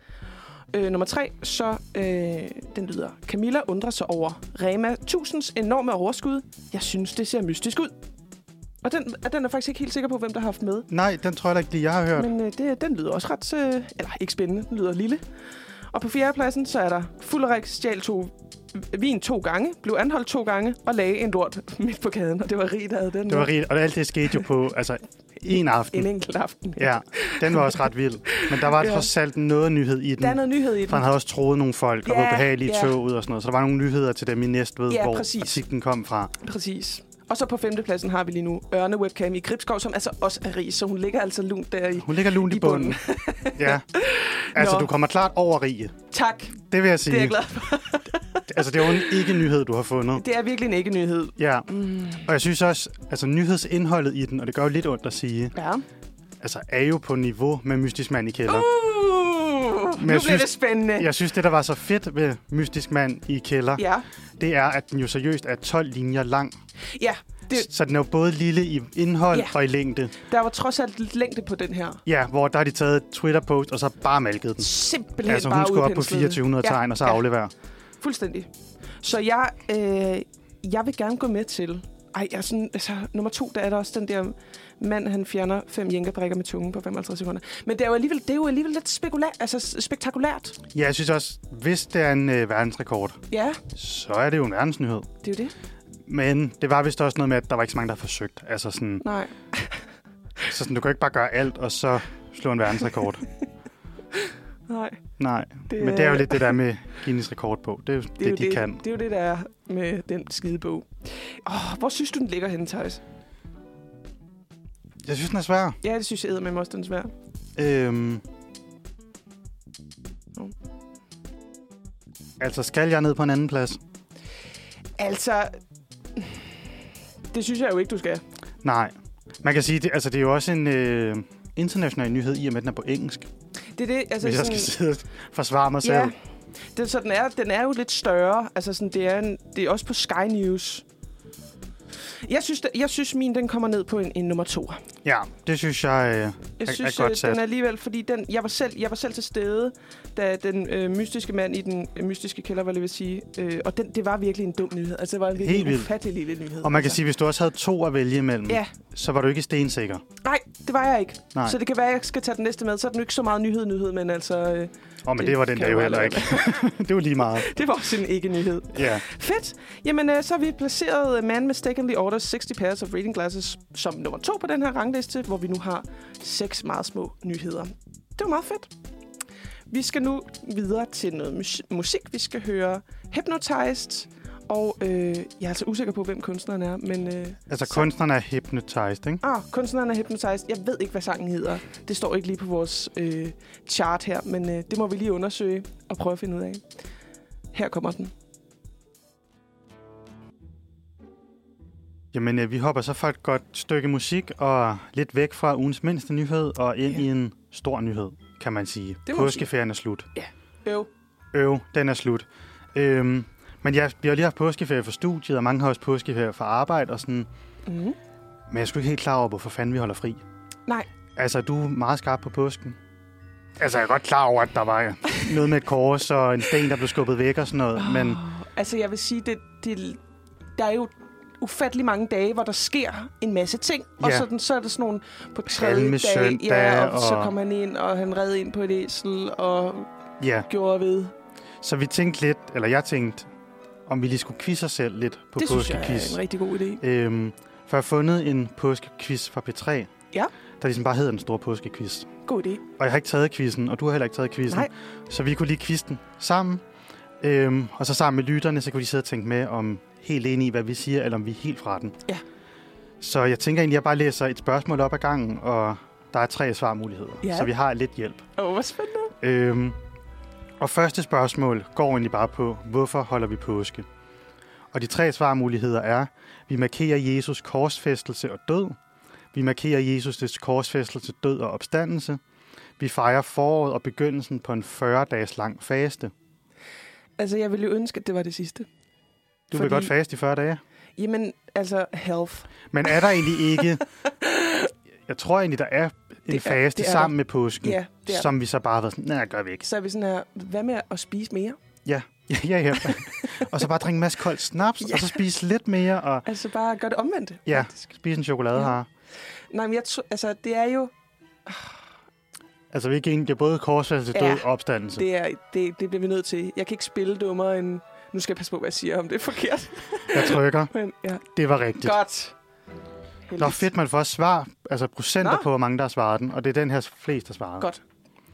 Øh, nummer tre, så øh, den lyder, Camilla undrer sig over Rema tusind's enorme overskud. Jeg synes, det ser mystisk ud. Og den, den er faktisk ikke helt sikker på, hvem der har haft med. Nej, den tror jeg ikke lige, jeg har hørt. Men øh, det, den lyder også ret, øh, eller ikke spændende, den lyder lille. Og på fjerdepladsen, så er der Fullerik stjal to vin to gange, blev anholdt to gange og lagde en lort midt på gaden. Og det var Rig, der havde den. Det var Rig, og alt det skete jo på altså, en aften. En enkelt aften. Ja, den var også ret vild. Men der var ja. trods alt noget nyhed i den. Der er noget nyhed i den. For han havde også troet nogle folk ja, og var behagelige ja. toget og sådan noget. Så der var nogle nyheder til dem i Næstved, ja, hvor præcis. artiklen kom fra. Præcis. Og så på femtepladsen har vi lige nu Ørne-webcam i Gribskov, som altså også er rig, så hun ligger altså lunt der i Hun ligger lunt i, i bunden. Ja. Altså, Nå. du kommer klart over Rie. Tak. Det vil jeg sige. Det er jeg glad for. Altså, det er jo en ikke-nyhed, du har fundet. Det er virkelig en ikke-nyhed. Ja. Mm. Og jeg synes også, altså nyhedsindholdet i den, og det gør jo lidt ondt at sige, ja. altså er jo på niveau med Mystisk Mand i kælder. Uh, Men nu bliver det spændende. Jeg synes, det der var så fedt ved Mystisk Mand i kælder, ja. det er, at den jo seriøst er tolv linjer lang. Ja. Det... Så den er jo både lille i indhold ja. og i længde. Der var trods alt lidt længde på den her. Ja, hvor der har de taget et Twitter-post, og så bare malket den. Simpelthen altså, bare hun skulle op på fireogtyve hundrede ja. tegn, og så ja. aflevere. Fuldstændig. Så jeg, øh, jeg vil gerne gå med til... Ej, jeg er sådan, altså, nummer to, der er der også den der mand, han fjerner fem jænkebrikker med tungen på femoghalvtreds sekunder. Men det er jo alligevel, det er jo alligevel lidt spekulært, altså spektakulært. Ja, jeg synes også, hvis det er en øh, verdensrekord, ja. så er det jo en verdensnyhed. Det er jo det. Men det var vist også noget med, at der var ikke så mange, der har forsøgt. Altså sådan... Nej. så sådan, du kan ikke bare gøre alt, og så slå en verdensrekord. Nej. Nej, det, men det er jo lidt det der med Guinness rekord på. Det er jo det, det, er jo de det, kan. Det er jo det, der er med den skidebog. Oh, hvor synes du, den ligger henne, Theis? Jeg synes, den er svær. Ja, det synes jeg eddermame også, den er svær. Øhm... Oh. Altså, skal jeg ned på en anden plads? Altså... Det synes jeg jo ikke, du skal. Nej. Man kan sige, det, altså, det er jo også en øh, international nyhed, i og med, at den er på engelsk. Det er det, altså hvis jeg sådan, skal sidde og forsvare mig ja, selv. Det, så den er, den er jo lidt større. Altså sådan, det, er en, det er også på Sky News. Jeg synes, der, jeg synes min den kommer ned på en, en nummer to. Ja, det synes jeg, øh, jeg er, synes, er godt sat. Den er alligevel, fordi den, jeg, var selv, jeg var selv til stede, da den øh, mystiske mand i den øh, mystiske kælder, hvad jeg vil sige. Øh, og den, det var virkelig en dum nyhed. Altså, det var en virkelig en ufattelig lille nyhed. Og man kan altså. sige, hvis du også havde to at vælge imellem, ja. så var du ikke stensikker. Nej, det var jeg ikke. Nej. Så det kan være, at jeg skal tage den næste med. Så er den jo ikke så meget nyhed, nyhed, men altså... Øh, Åh, oh, men det, det var den der jo heller ikke. Det var lige meget. Det var også en ikke-nyhed. Ja. Yeah. Fedt. Jamen, øh, så har vi placeret Man Mistakenly Orders sixty Pairs of Reading Glasses som nummer to på den her rangliste, hvor vi nu har seks meget små nyheder. Det var meget fedt. Vi skal nu videre til noget mus- musik. Vi skal høre Hypnotized, og øh, jeg er altså usikker på, hvem kunstneren er, men... Øh, altså, kunstneren er Hypnotized, ikke? Ah, kunstneren er Hypnotized. Jeg ved ikke, hvad sangen hedder. Det står ikke lige på vores øh, chart her, men øh, det må vi lige undersøge og prøve at finde ud af. Her kommer den. Jamen, øh, vi hopper så for et godt stykke musik og lidt væk fra ugens mindste nyhed og ind ja. i en stor nyhed, kan man sige. Påskeferien er slut. Ja, øv. Øv, den er slut. Øhm, men ja, vi har lige haft påskeferie for studiet, og mange har også påskeferie for arbejde og sådan. Mm. Men jeg er sgu ikke helt klar over, hvorfor fanden vi holder fri. Nej. Altså, du er meget skarp på påsken. Altså, jeg er godt klar over, at der var noget med et kors og en sten, der blev skubbet væk og sådan noget, oh, men... Altså, jeg vil sige, det, det, der er jo ufattelig mange dage, hvor der sker en masse ting. Ja. Og sådan, så er der sådan nogle på tredje dag, ja, og, og så kom han ind, og han red ind på et æsel, og ja. gjorde ved. Så vi tænkte lidt, eller jeg tænkte, om vi lige skulle quizze os selv lidt på påskequiz. Det synes jeg er en rigtig god idé. Øhm, for jeg har fundet en påskequiz fra P tre, ja. der ligesom bare hedder den store påskequiz. God idé. Og jeg har ikke taget quizzen, og du har heller ikke taget quizzen. Nej. Så vi kunne lige quizze den sammen. Øhm, og så sammen med lytterne, så kunne de sidde og tænke med, om helt enige i, hvad vi siger, eller om vi er helt fra den. Ja. Så jeg tænker egentlig, at jeg bare læser et spørgsmål op ad gangen, og Der er tre svarmuligheder, ja. så vi har lidt hjælp. Åh, oh, hvor spændende. Øhm, og første spørgsmål går egentlig bare på, hvorfor holder vi påske? Og de tre svarmuligheder er, vi markerer Jesus korsfæstelse og død. Vi markerer Jesus' korsfæstelse, død og opstandelse. Vi fejrer foråret og begyndelsen på en fyrre-dages lang faste. Altså, jeg ville jo ønske, at det var det sidste. Du Fordi... vil godt faste i fyrre dage? Jamen, altså, health. Men er der egentlig ikke... Jeg tror egentlig, der er en det faste er, er sammen der. med påsken, ja, som vi så bare har været sådan, nej, gør vi ikke. Så er vi sådan her, hvad med at spise mere? Ja, ja, ja. ja. Og så bare drikke en masse kold snaps, ja. Og så spise lidt mere. Og... Altså bare gøre det omvendt, ja, faktisk. Spise en chokolade her. Ja. Nej, men jeg tror, altså, det er jo... Altså, vi er ikke det er både korsfæstelse, død ja, og opstandelse. Det, er, det, det bliver vi nødt til. Jeg kan ikke spille dummere end... Nu skal jeg passe på, hvad jeg siger, om det er forkert. Jeg trykker. Men, ja. Det var rigtigt. Godt. Nå, fedt, man får også svar, altså procenter Nå. på, hvor mange der har svaret den, og det er den her flest, der svarer. Godt.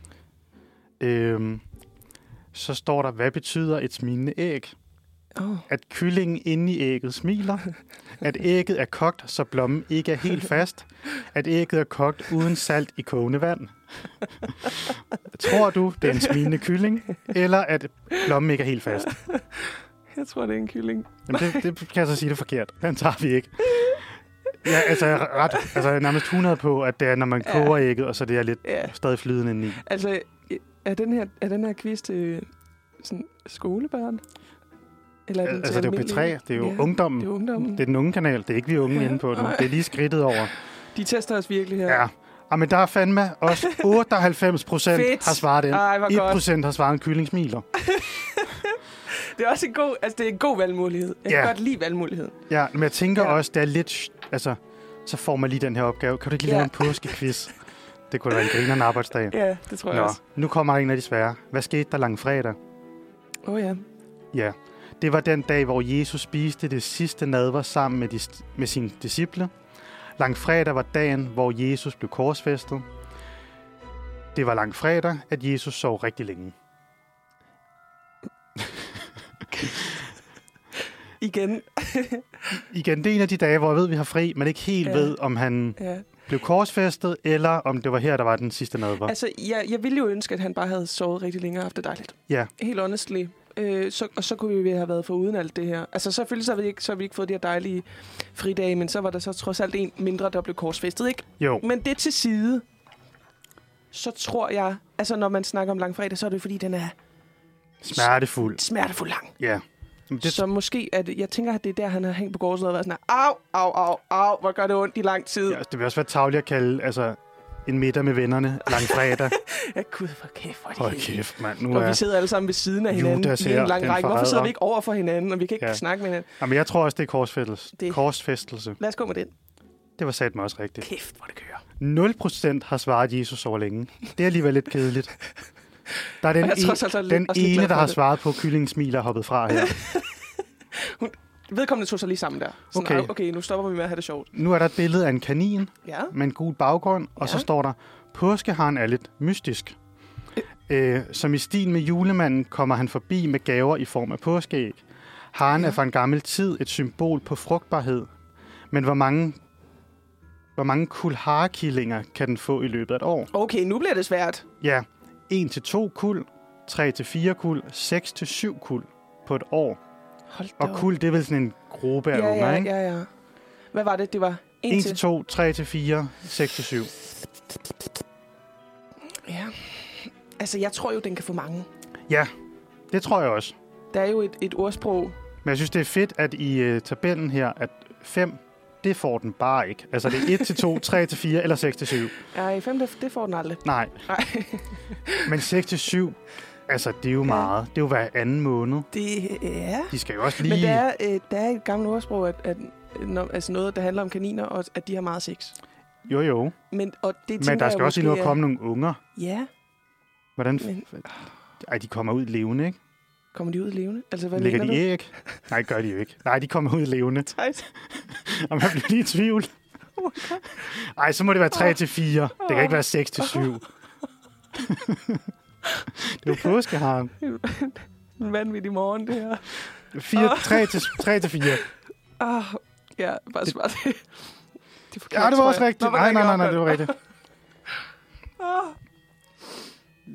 Øhm, så står der, hvad betyder et smilende æg? Oh. At kyllingen inde i ægget smiler. At ægget er kogt, så blommen ikke er helt fast. At ægget er kogt uden salt i kogende vand. Tror du, det er en smilende kylling? Eller at blommen ikke er helt fast? Jeg tror, det er en kylling. Jamen, det, det kan jeg så sige, det er forkert. Den tager vi ikke. Ja, altså, jeg er ret, altså jeg er nærmest hundrede på, at det er, når man ja. koger ægget, og så det er lidt ja. stadig flydende indeni. Altså, er den her, er den her quiz til sådan skolebørn? Eller er den altså, det er jo P tre, det er jo ja, ungdommen. Det er ungdommen. Det er den unge kanal, det er ikke vi unge ja. inde på nu. Det er lige skridtet over. De tester os virkelig her. Ja. Og men der er fandme også otteoghalvfems procent har svaret den. Ej, et procent har svaret en kylling smiler. Det er også en god, altså det er en god valgmulighed. Jeg kan ja. godt lide valgmuligheden. Ja, men jeg tænker ja. også, det er lidt, altså, så får man lige den her opgave. Kan du ikke lige ja. lave en påskequiz? Det kunne da være en grinerende arbejdsdag. Ja, det tror jeg Nå, også. Nu kommer en af de svære. Hvad skete der langfredag? Åh oh, ja. Ja, det var den dag, hvor Jesus spiste det sidste nadver sammen med, de, med sine disciple. Langfredag var dagen, hvor Jesus blev korsfæstet. Det var langfredag, at Jesus sov rigtig længe. Igen. Igen, det er en af de dage, hvor jeg ved, vi har fri, men ikke helt ja. ved, om han ja. blev korsfæstet, eller om det var her, der var den sidste nadver. Altså, jeg, jeg ville jo ønske, at han bare havde sovet rigtig længe og haft det dejligt. Ja. Helt honestly. Øh, så, og så kunne vi have været foruden alt det her. Altså, selvfølgelig så har vi ikke, så har vi ikke fået de her dejlige fridage, men så var der så trods alt en mindre, der blev korsfæstet, ikke? Jo. Men det til side, så tror jeg, altså når man snakker om langfredag, så er det fordi, den er smertefuld. Smertefuld lang. Ja. Det... Så måske, at jeg tænker, at det er der, han har hængt på gården og været sådan her, au, au, au, au, hvor gør det ondt i lang tid. Ja, det vil også være tarveligt at kalde, altså, en middag med vennerne langfredag. Ja, gud, for kæft, hvor er det Hold kæft, mand. Nu og er... vi sidder alle sammen ved siden af hinanden Judas i en lang række. forræder. Hvorfor sidder vi ikke over for hinanden, og vi kan ikke ja. snakke med hinanden? Jamen, jeg tror også, det er korsfæstelse. Det... korsfæstelse. Lad os gå med den. Det var satme også rigtigt. Kæft, hvor det kører. nul procent har svaret Jesus over længe. Det er alligevel lidt kedeligt. Der er den, en, tror, den ene, der har svaret på kyllingens smil og hoppet fra her. Hun, vedkommende tog sig lige sammen der. Sådan, okay. okay, nu stopper vi med at have det sjovt. Nu er der et billede af en kanin ja. med en gul baggrund, og ja. så står der, påskeharen er lidt mystisk. Øh. Øh, som i stil med julemanden kommer han forbi med gaver i form af påskeæg. Haren ja. er fra en gammel tid et symbol på frugtbarhed. Men hvor mange, hvor mange kuld harekillinger kan den få i løbet af et år? Okay, nu bliver det svært. Ja, en til to kuld, tre til fire kuld, seks til syv kuld på et år. Og kuld, det er vel sådan en gruppe af ja, unger, ja, ikke? Ja, ja. Hvad var det? Det var en til to, tre til fire, seks til syv. Ja. Altså, jeg tror jo, den kan få mange. Ja, det tror jeg også. Der er jo et, et ordsprog. Men jeg synes, det er fedt, at i uh, tabellen her, at fem, det får den bare ikke. Altså, det er et til to, tre til fire eller seks til syv. Ja, i fem, det, det får den aldrig. Nej. Nej. Men seks til syv, altså, det er jo ja. meget. Det er jo hver anden måned. Det, ja. De skal jo også lige... Men der er, øh, der er et gammelt ordsprog, at, at når, altså noget, der handler om kaniner, og at de har meget sex. Jo, jo. Men, og det Men der skal også lige nu komme nogle unger. Ja. Hvordan... Men... Ej, de kommer ud levende, ikke? Kommer de ud levende? Altså, hvad Lægger mener de du? æg? Nej, gør de jo ikke. Nej, de kommer ud levende. Tejt. Og man bliver lige i tvivl. Oh my God. Ej, så må det være tre til fire. Det kan ikke være seks til syv. Det er jo påskeharen. En vanvittig morgen, det her. tre til fire. Ah, ja, bare det, smart. Det er forkert, ja, det var også rigtigt. Nå, nej, nej, nej, nej, det var rigtigt.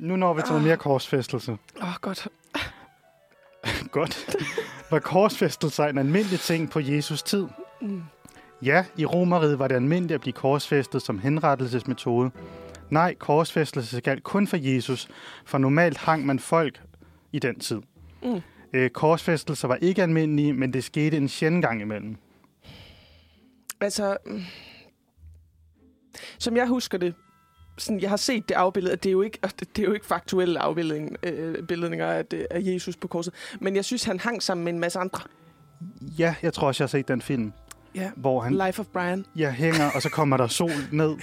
Nu når vi til noget mere korsfæstelse. Åh, oh, godt. Godt. Var korsfæstelse en almindelig ting på Jesus tid? Mm. Ja, i Romerriget var det almindeligt at blive korsfæstet som henrettelsesmetode. Nej, korsfæstelse galt kun for Jesus, for normalt hang man folk i den tid. Mm. Øh, korsfæstelser var ikke almindelige, men det skete en sjælden gang imellem. Altså, som jeg husker det, sådan, jeg har set det afbillede, det er jo ikke, det er jo ikke faktuelle afbildning, øh, billeder af, af Jesus på korset, men jeg synes, han hang sammen med en masse andre. Ja, jeg tror også, jeg har set den film. Ja, hvor han, Life of Brian. Ja, hænger, og så kommer der sol ned.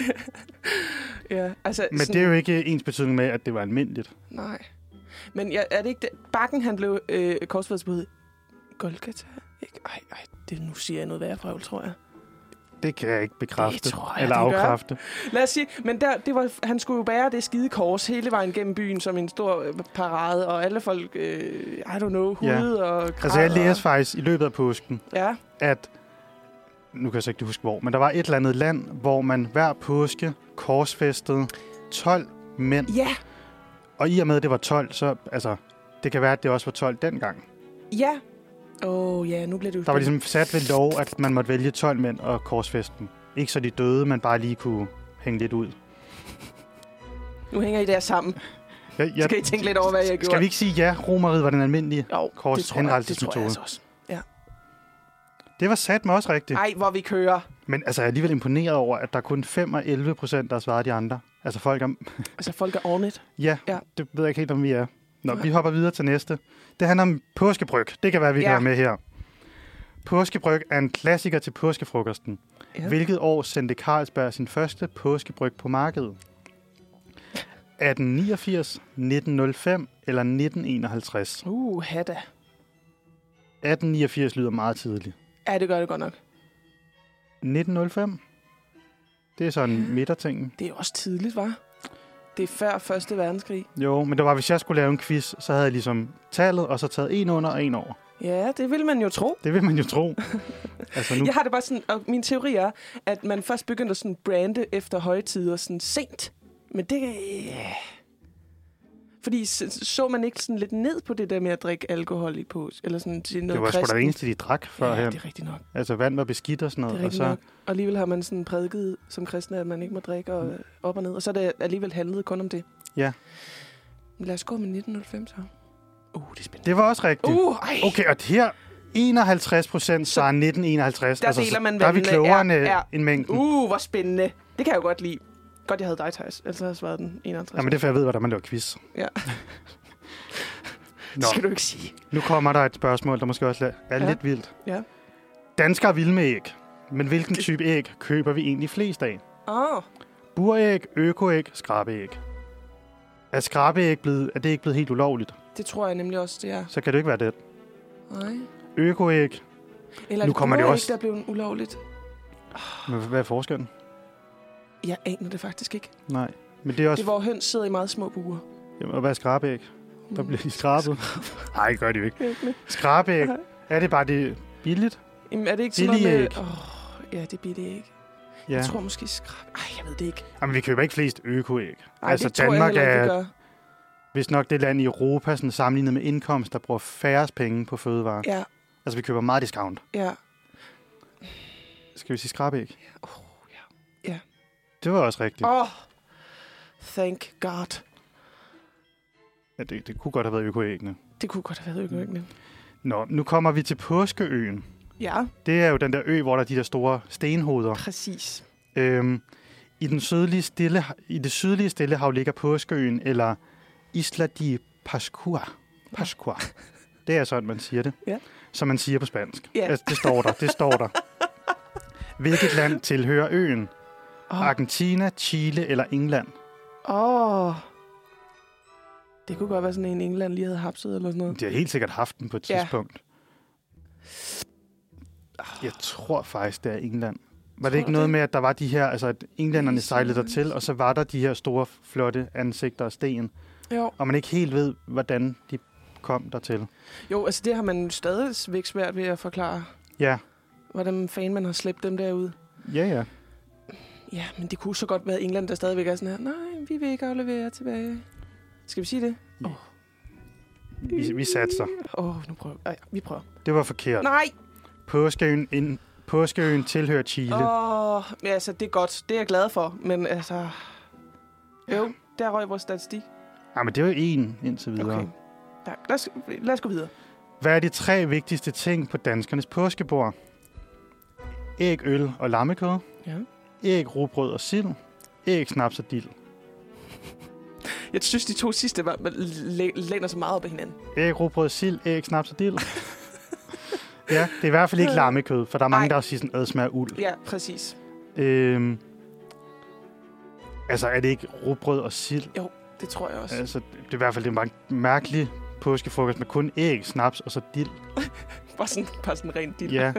Ja, altså, men sådan, det er jo ikke ens betydning med, at det var almindeligt. Nej. Men ja, er det ikke det? Bakken, han blev øh, korsfæstet på Golgata? Ikke? Ej, ej, det, nu siger jeg noget værre frøvl, tror jeg. Det kan jeg ikke bekræfte. Det tror jeg, eller det afkræfte. Gør. Lad os sige, men der, det var, han skulle jo bære det skide kors hele vejen gennem byen som en stor øh, parade, og alle folk, øh, I don't know, hude ja. og græd. Altså jeg læste faktisk i løbet af påsken, ja. at, nu kan jeg så ikke huske hvor, men der var et eller andet land, hvor man hver påske korsfæstede tolv mænd. Ja. Og i og med, at det var tolv, så altså, det kan være, at det også var tolv dengang. Ja. Åh oh, ja, nu bliver det jo... Der var ligesom sat ved lov, at man måtte vælge tolv mænd og korsfæste dem. Ikke så de døde, men bare lige kunne hænge lidt ud. Nu hænger I der sammen. Ja, ja. Skal I tænke lidt over, hvad jeg gjorde? Skal vi ikke sige, ja, Romerriget var den almindelige korshenrettelsesmetode? Det tror jeg også. Ja. Det var sat med også rigtigt. Ej, hvor vi kører. Men altså, jeg er alligevel imponeret over, at der er kun fem og elleve procent, der har svaret de andre. Altså folk er... altså folk er on it. Ja, ja, det ved jeg ikke helt, om vi er. Nå, vi hopper videre til næste. Det handler om påskebryg. Det kan være, vi ja. kan være med her. Påskebryg er en klassiker til påskefrokosten. Ja. Hvilket år sendte Carlsberg sin første påskebryg på markedet? atten niogfirs, nitten nul fem eller nitten enoghalvtreds? Uh, hadda. atten niogfirs lyder meget tidligt. Ja, det gør det godt nok. nitten nul fem? Det er sådan en midterting. Det er også tidligt, hva'? Det er før første verdenskrig. Jo, men det var, hvis jeg skulle lave en quiz, så havde jeg ligesom tallet, og så taget en under og en over. Ja, det vil man jo tro. Det vil man jo tro. altså nu... Jeg har det bare sådan, og min teori er, at man først begyndte at sådan brande efter højtider sådan sent. Men det... Yeah. Fordi så man ikke sådan lidt ned på det der med at drikke alkohol i pås? Eller sådan til noget det var kristen. sgu da det eneste, de drak førhen. Ja, det er rigtigt nok. Altså vand var beskidt og sådan noget. Det er rigtigt og så... nok. Og alligevel har man sådan prædiket som kristne, at man ikke må drikke og, mm. op og ned. Og så er det alligevel handlet kun om det. Ja. Men lad os gå med nitten nul fem så. Uh, det er spændende. Det var også rigtigt. Uh, ej. Okay, og her enoghalvtreds procent så er nitten enoghalvtreds. Der altså, deler man der er vi klogere end ja, ja. en mængden. Uh, hvor spændende. Det kan jeg jo godt lide. Godt, jeg havde dig, Thijs. Ellers havde jeg svaret den enoghalvtreds. Jamen det er for, jeg ved, hvordan man laver quiz. Ja. Det skal du ikke sige. Nu kommer der et spørgsmål, der måske også er ja. lidt vildt. Ja. Danskere er vilde med æg. Men hvilken type æg køber vi egentlig flest af? Åh. Oh. Buræg, økoæg, skrabeæg. Er skrabeæg blevet, er det ikke blevet helt ulovligt? Det tror jeg nemlig også, det er. Så kan det ikke være det. Nej. Økoæg. Eller nu kommer det også. Der blev ulovligt. Men hvad er forskellen? Jeg aner det faktisk ikke. Nej. Men det er også... Det er, hvor høns sidder i meget små buer. Jamen, og hvad er skrabeæg? Der bliver de skrabet. Nej, det gør de jo ikke. Skrabeæg. Er det bare det billigt? Jamen, er det ikke sådan noget med... Åh, oh, ja, det er billigt æg. Ja. Jeg tror måske skrab... Ej, jeg ved det ikke. Jamen, vi køber ikke flest økoæg. Ej, altså, det tror Danmark jeg heller ikke, er, hvis nok det land i Europa, sådan sammenlignet med indkomst, der bruger færrest penge på fødevarer. Ja. Altså, vi køber meget discount. Ja. Skal vi sige skrabeæg? Ja. Oh, ja. Ja. Det var også rigtigt. Åh, oh, thank God. Ja, det, det kunne godt have været økoæggene. Det kunne godt have været økoæggene. Nå, nu kommer vi til Påskeøen. Ja. Det er jo den der ø, hvor der er de der store stenhoveder. Præcis. Øhm, i, den sydlige stille, I det sydlige Stillehav ligger Påskeøen, eller Isla de Pascua. Pascua. Det er sådan, man siger det. Ja. Som man siger på spansk. Ja. Altså, det står der. Det står der. Hvilket land tilhører øen? Oh. Argentina, Chile eller England? Åh... Oh. Det kunne godt være sådan en, England lige havde hapset eller sådan noget. De har helt sikkert haft den på et ja. tidspunkt. Jeg tror faktisk, det er England. Var det ikke noget det? med, at der var de her, altså at englænderne sejlede der til, og så var der de her store, flotte ansigter af sten. Jo. Og man ikke helt ved, hvordan de kom dertil. Jo, altså det har man stadigvæk svært ved at forklare. Ja. Hvordan fanden man har slæbt dem derud. Ja, ja. Ja, men det kunne så godt være England, der stadigvæk er sådan her, nej, vi vil ikke aflevere tilbage Skal vi sige det? Oh. Vi, vi satser. Åh, oh, nu prøver vi. Ja, vi prøver. Det var forkert. Nej! Påskeøen, en, Påskeøen tilhører Chile. Åh, oh, altså, det er godt. Det er jeg glad for. Men altså... Jo, der røg vores statistik. Ja, men det er jo en indtil videre. Okay. Ja, lad, os, lad os gå videre. Hvad er de tre vigtigste ting på danskernes påskebord? Æg, øl og lammekød. Ja. Æg, rugbrød og sild. Æg, snaps og dild. Jeg synes, de to sidste var, læ- læner så meget op ad hinanden. Æg, rugbrød, sild, æg, snaps og dild. Ja, det er i hvert fald ikke lammekød, for der er mange, Ej. der også siger sådan, at det smager uld. Ja, præcis. Øhm, altså, er det ikke rugbrød og sild? Jo, det tror jeg også. Altså, det er i hvert fald det er en mærkelig påskefrokost med kun æg, snaps og så dild. bare, sådan, bare sådan ren dild. Ja,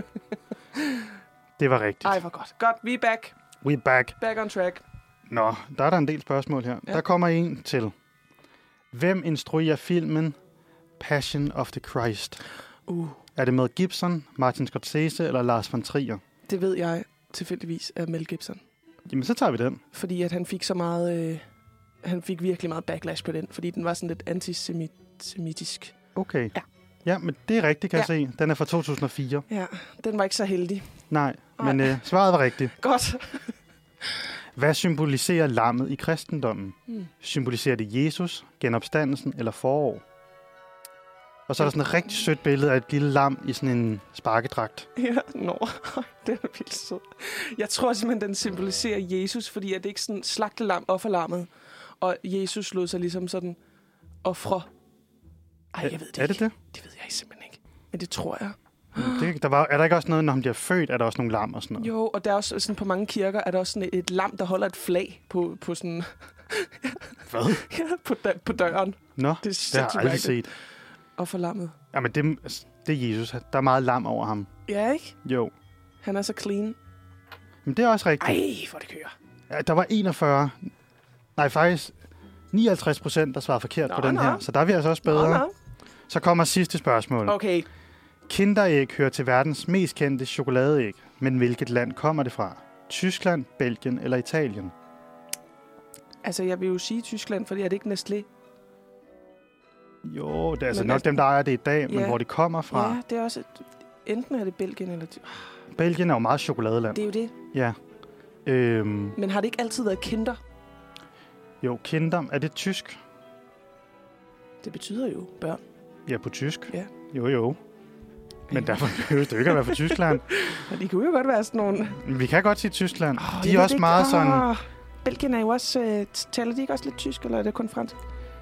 det var rigtigt. Ej, hvor godt. Godt, we back. We back. Back on track. Nå, der er der en del spørgsmål her. Ja. Der kommer en til. Hvem instruerer filmen Passion of the Christ? Uh. Er det Mel Gibson, Martin Scorsese eller Lars von Trier? Det ved jeg tilfældigvis af Mel Gibson. Jamen, så tager vi den. Fordi at han fik så meget... Øh, han fik virkelig meget backlash på den, fordi den var sådan lidt antisemitisk. Okay. Ja. Ja, men det er rigtigt, kan ja. jeg se. Den er fra to tusind og fire. Ja, den var ikke så heldig. Nej, Nej. men øh, svaret var rigtigt. Godt. Hvad symboliserer lammet i kristendommen? Hmm. Symboliserer det Jesus, genopstandelsen eller forår? Og så er der sådan et rigtig sødt billede af et lille lam i sådan en sparkedragt. Ja, nå, den er vildt sød. Jeg tror simpelthen, den symboliserer Jesus, fordi at det ikke sådan slagtelam, offerlammet. Og Jesus lod sig ligesom sådan ofre. Ej, jeg ved det er ikke. det det? Det ved jeg simpelthen ikke. Men det tror jeg. Det, der var, er der ikke også noget, når han bliver født, er der også nogle lam og sådan noget? Jo, og der er også sådan på mange kirker, er der også sådan et, et lam, der holder et flag på, på sådan... Hvad? Ja, på, dø- på døren. Nå, det, det har jeg aldrig set. Og for lammet. Jamen, det, det er Jesus. Der er meget lam over ham. Ja, ikke? Jo. Han er så clean. Men det er også rigtigt. Ej, hvor det kører. Ja, der var enogfyrre... Nej, faktisk nioghalvtreds procent, der svarede forkert nå, på den nå. her. Så der er vi altså også bedre. Nå, nå. Så kommer sidste spørgsmål. Okay. Kinderæg hører til verdens mest kendte chokoladeæg. Men hvilket land kommer det fra? Tyskland, Belgien eller Italien? Altså, jeg vil jo sige Tyskland, fordi er det ikke Nestlé? Jo, det er altså men nok altså, dem, der ejer det i dag, ja, men hvor det kommer fra. Ja, det er også... Et, enten er det Belgien eller... Belgien er jo meget chokoladeland. Det er jo det. Ja. Øhm, men har det ikke altid været Kinder? Jo, Kinder. Er det tysk? Det betyder jo børn. Ja, på tysk. Ja. Jo, jo. Men derfor behøver det jo ikke at være fra Tyskland. Men de kunne jo godt være sådan nogle... Vi kan godt sige Tyskland. Oh, de er også meget oh, sådan... Belgien er jo også... Uh, taler de ikke også lidt tysk, eller er det kun fransk?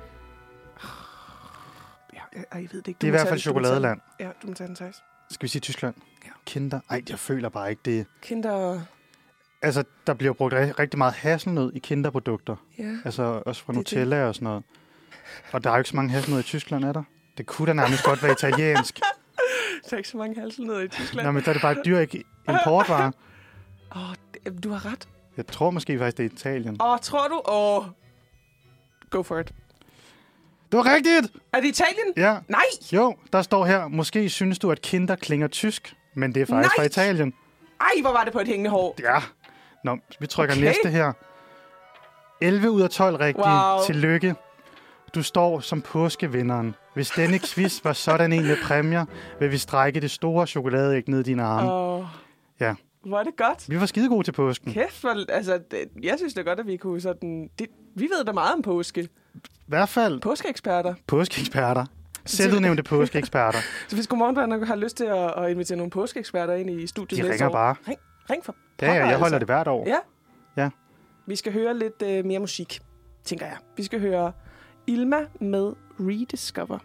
Ja, jeg, jeg ved det ikke. Du det er i hvert fald chokoladeland. Ja, du må tage den, Thijs. Skal vi sige Tyskland? Ja. Kinder? Ej, jeg føler bare ikke det. Kinder... Altså, der bliver brugt rigtig meget hasselnød i kinderprodukter. Ja. Altså, også fra det Nutella det. Og sådan noget. Og der er jo ikke så mange hasselnød i Tyskland, er der? Det kunne da nærmest godt være italiensk. Der er ikke så mange hasselnødder i Tyskland. Nå, men der er det bare dyr importvare. Åh, oh, du har ret. Jeg tror måske faktisk, det er Italien. Åh, oh, tror du? Åh. Oh. Go for it. Det var rigtigt! Er det Italien? Ja. Nej! Jo, der står her, måske synes du, at Kinder klinger tysk, men det er faktisk Nej. fra Italien. Ej, hvor var det på et hængende hår. Ja. Nå, vi trykker okay. næste her. elleve ud af tolv rigtige. Wow. Tillykke. Du står som påskevinderen. Hvis denne quiz var sådan en med præmier, vil vi strække det store chokoladeæg ned i dine arme. Åh. Oh. Ja. Hvor er det godt. Vi var skide gode til påsken. Kæft, for, altså, det, jeg synes det er godt, at vi kunne sådan... Det, vi ved da meget om påske. I hvert fald... Påskeeksperter. Påskeeksperter. Selvudnævnte påskeeksperter. Så hvis Godmorgen har lyst til at, at invitere nogle påskeeksperter ind i studiet... De ringer år, bare. Ring, ring for Ja, ja, jeg holder altså. det hvert år. Ja. Ja. Vi skal høre lidt uh, mere musik, tænker jeg. Vi skal høre Ilma med Rediscover.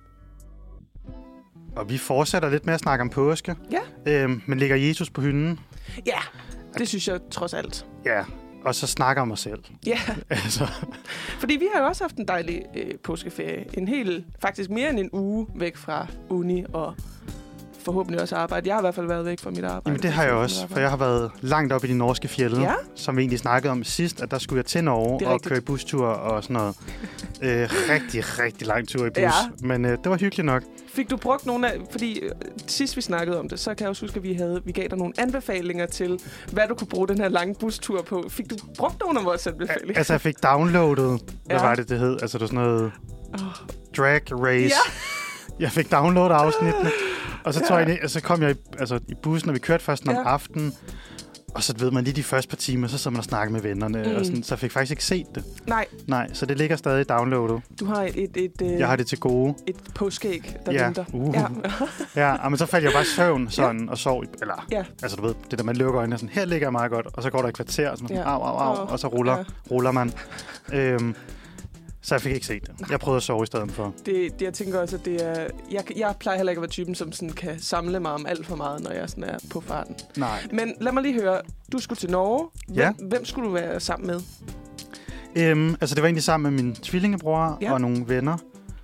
Og vi fortsætter lidt med at snakke om påske. Ja. Øhm, men lægger Jesus på hylden. Ja, det synes jeg trods alt. Ja, og så snakker om os selv. Ja, altså. Fordi vi har jo også haft en dejlig øh, påskeferie. En hel, faktisk mere end en uge væk fra uni og forhåbentlig også arbejde. Jeg har i hvert fald været væk fra mit arbejde. Jamen det har jeg også, for jeg har været langt op i de norske fjelde, ja? som vi egentlig snakkede om sidst, at der skulle jeg til Norge og rigtigt. køre i bustur og sådan noget. øh, rigtig, rigtig lang tur i bus, ja. men øh, det var hyggeligt nok. Fik du brugt nogle af, fordi øh, sidst vi snakkede om det, så kan jeg også huske, at vi, havde, vi gav dig nogle anbefalinger til, hvad du kunne bruge den her lange bustur på. Fik du brugt nogle af vores anbefalinger? Altså jeg fik downloadet, hvad ja. var det, det hed? Altså det var sådan noget oh. drag race. Ja. Jeg fik downloadet afsnittene, og så, ja. tog jeg, så kom jeg i, altså, i bussen, og vi kørte først ja. om aftenen. Og så ved man lige de første par timer, så så man og snakke med vennerne. Mm. Og sådan, så jeg fik faktisk ikke set det. Nej. Nej, så det ligger stadig downloadet. Du har et... et, et øh, jeg har det til gode. Et påskæg, der ja. venter. Uh. Ja. ja, men så faldt jeg bare i søvn sådan, ja. og sov. Eller, ja. altså du ved, det der, man lukker øjnene sådan, her ligger jeg meget godt. Og så går der et kvarter, og, sådan, ja. au, au, au, oh. og så ruller, ja. ruller man. Øhm, Så jeg fik ikke set det. Jeg prøvede at sove i stedet for. Det, det jeg tænker også, at det er... Jeg, jeg plejer heller ikke at være typen, som sådan kan samle mig om alt for meget, når jeg sådan er på farten. Nej. Men lad mig lige høre. Du skulle til Norge. Hvem, ja. hvem skulle du være sammen med? Øhm, altså, det var egentlig sammen med min tvillingebror ja. og nogle venner,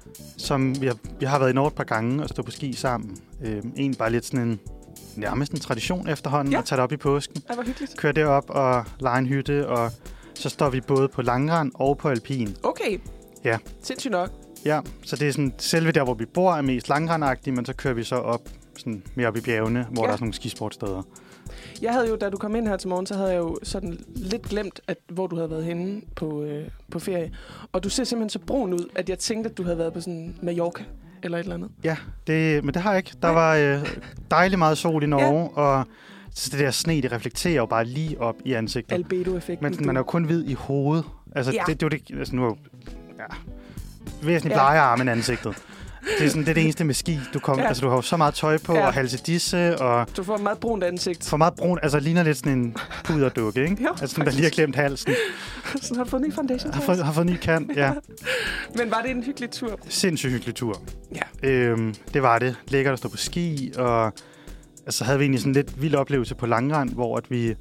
som vi har, vi har været i Norge et par gange og stået på ski sammen. Øhm, egentlig bare lidt sådan en... nærmest en tradition efterhånden ja. at tage det op i påsken. Det var hyggeligt. Køre derop og lege en hytte, og så står vi både på langrand og på alpin. Okay. Ja. Sindssygt nok. Ja, så det er sådan, selve der, hvor vi bor, er mest langrandagtigt, men så kører vi så op, sådan mere op i bjergene, hvor ja. der er sådan nogle skisportsteder. Jeg havde jo, da du kom ind her til morgen, så havde jeg jo sådan lidt glemt, at, hvor du havde været henne på, øh, på ferie. Og du ser simpelthen så brun ud, at jeg tænkte, at du havde været på sådan Mallorca eller et eller andet. Ja, det, men det har jeg ikke. Der Nej. var øh, dejligt meget sol i Norge, ja. og så det der sne, det reflekterer jo bare lige op i ansigtet. Albedo-effekten. Men man er jo kun hvid i hovedet. Altså, ja. det, det, det, det altså nu ja, væsentligt ja. blegearm end ansigtet. Det er, sådan, det er det eneste med ski. Du, kom, ja. altså, du har jo så meget tøj på, ja. og halsedisse, og... Du får meget brunt ansigt. For meget brunt, altså ligner lidt sådan en puderdukke, ikke? Jo, altså sådan, der lige har glemt halsen. Sådan har du fået ny foundation. Har fået, har fået ny kant, ja. Men var det en hyggelig tur? Sindssygt hyggelig tur. Ja. Øhm, det var det. Lækkert at stå på ski, og altså havde vi egentlig sådan en lidt vild oplevelse på langrand, hvor at vi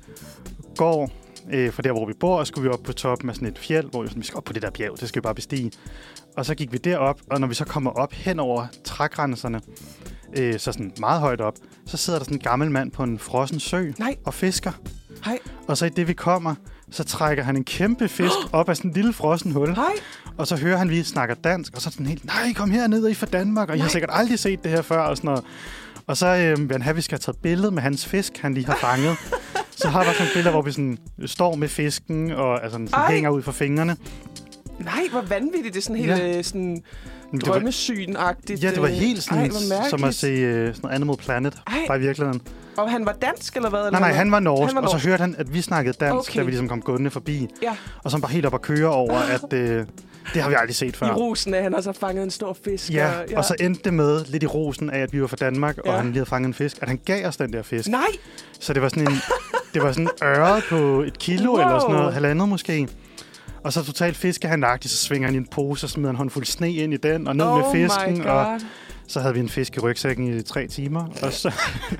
går øh, fra der, hvor vi bor, og skulle vi op på toppen af sådan et fjeld, hvor vi, sådan, vi skal op på det der bjerg, det skal vi bare bestige. Og så gik vi derop, og når vi så kommer op hen over trægrænserne, øh, så sådan meget højt op, så sidder der sådan en gammel mand på en frossen sø Nej. og fisker. Hej. Og så i det, vi kommer, så trækker han en kæmpe fisk op af sådan en lille frossen hul. Hej. Og så hører han, vi snakker dansk, og så sådan helt, nej, kom herned, I er fra Danmark, og I har sikkert aldrig set det her før, og sådan noget. Og så øh, vil han have, at vi skal have taget billede med hans fisk, han lige har fanget. Så har vi sådan et billede, hvor vi sådan står med fisken, og altså, sådan hænger ud fra fingrene. Nej, hvor vanvittigt. Det er sådan helt ja. sådan drømmesyn-agtigt. Ja, det var helt sådan, Ej, som at se uh, sådan noget Animal Planet, Ej. bare i virkeligheden. Og han var dansk, eller hvad? Eller nej, nej, han var norsk, han var norsk. Og så hørte han, at vi snakkede dansk, okay. da vi ligesom kom gående forbi. Ja. Og så bare helt op og køre over, at uh, det har vi aldrig set før. I rosen af, han også har fanget en stor fisk. Ja, og, ja. og så endte det med, lidt i rosen af, at vi var fra Danmark, ja. og han lige havde fanget en fisk, at han gav os den der fisk. Nej! Så det var sådan en, det var sådan en øre på et kilo, wow. eller sådan noget, halvandet måske. Og så totalt fiskehandagtigt, så svinger han i en pose og smider en håndfuld sne ind i den, og ned oh med fisken. Og så havde vi en fisk i rygsækken i tre timer. Og så,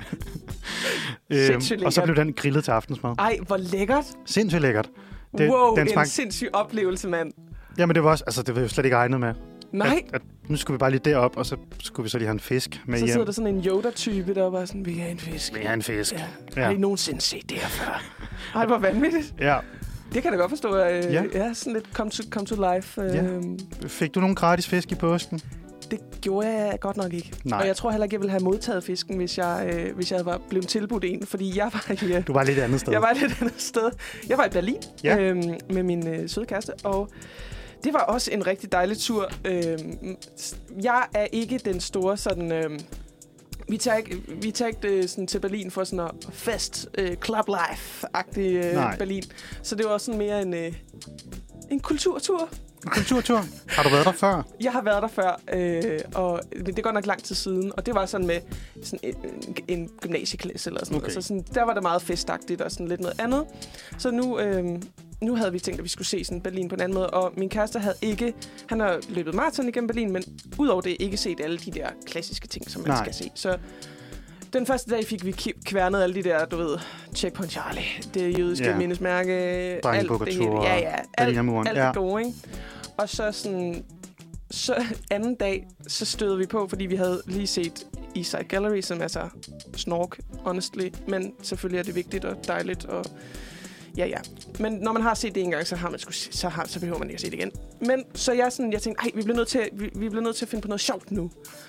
øhm, og så blev den grillet til aftensmad. Ej, hvor lækkert. Sindssygt lækkert. Det, wow, den smag... en sindssyg oplevelse, mand. Jamen, det var også, altså, det var jo slet ikke regnet med. Nej. At, at nu skulle vi bare lige derop, og så skulle vi så lige have en fisk med så hjem. Så sidder der sådan en Yoda-type, der var sådan, vi har en fisk. Vi har en fisk. Ja. Ja. Har I nogensinde set det her før? Ej, hvor vanvittigt. Ja. Det kan jeg da godt forstå. Øh, ja. ja, sådan lidt come to, come to life. Øh. Ja. Fik du nogen gratis fisk i påsken? Det gjorde jeg godt nok ikke. Nej. Og jeg tror heller ikke, jeg ville have modtaget fisken, hvis jeg, øh, hvis jeg var blevet tilbudt en. Fordi jeg var i... Øh, du var lidt andet sted. Jeg var lidt andet sted. Jeg var i Berlin ja. øh, med min øh, søde kæreste, og det var også en rigtig dejlig tur. Øh, jeg er ikke den store sådan... Øh, Vi tager ikke, vi tager ikke sådan til Berlin for sådan en fest, uh, club life-agtig uh, Berlin. Så det var også sådan mere en, uh, en kulturtur. En kulturtur? Har du været der før? Jeg har været der før, øh, og det er godt nok lang tid siden. Og det var sådan med sådan en, en gymnasieklasse eller sådan okay. noget. Så sådan, der var det meget festagtigt og sådan lidt noget andet. Så nu... Øh, Nu havde vi tænkt, at vi skulle se sådan Berlin på en anden måde, og min kæreste havde ikke... Han har løbet maraton igennem Berlin, men udover det ikke set alle de der klassiske ting, som man Nej. skal se. Så den første dag fik vi kværnet alle de der, du ved, Checkpoint Charlie, det jødiske yeah. mindesmærke, alt det hele. Ja, ja, alt, alt ja. det gode, ikke? Og så sådan... Så anden dag, så stødte vi på, fordi vi havde lige set Eastside Gallery, som er så snork, honestly. Men selvfølgelig er det vigtigt og dejligt. Og ja, ja. Men når man har set det en gang, så, har man sku, så, har, så behøver man ikke at se det igen. Men så jeg, sådan, jeg tænkte, ej, vi bliver, nødt til, vi, vi bliver nødt til at finde på noget sjovt nu.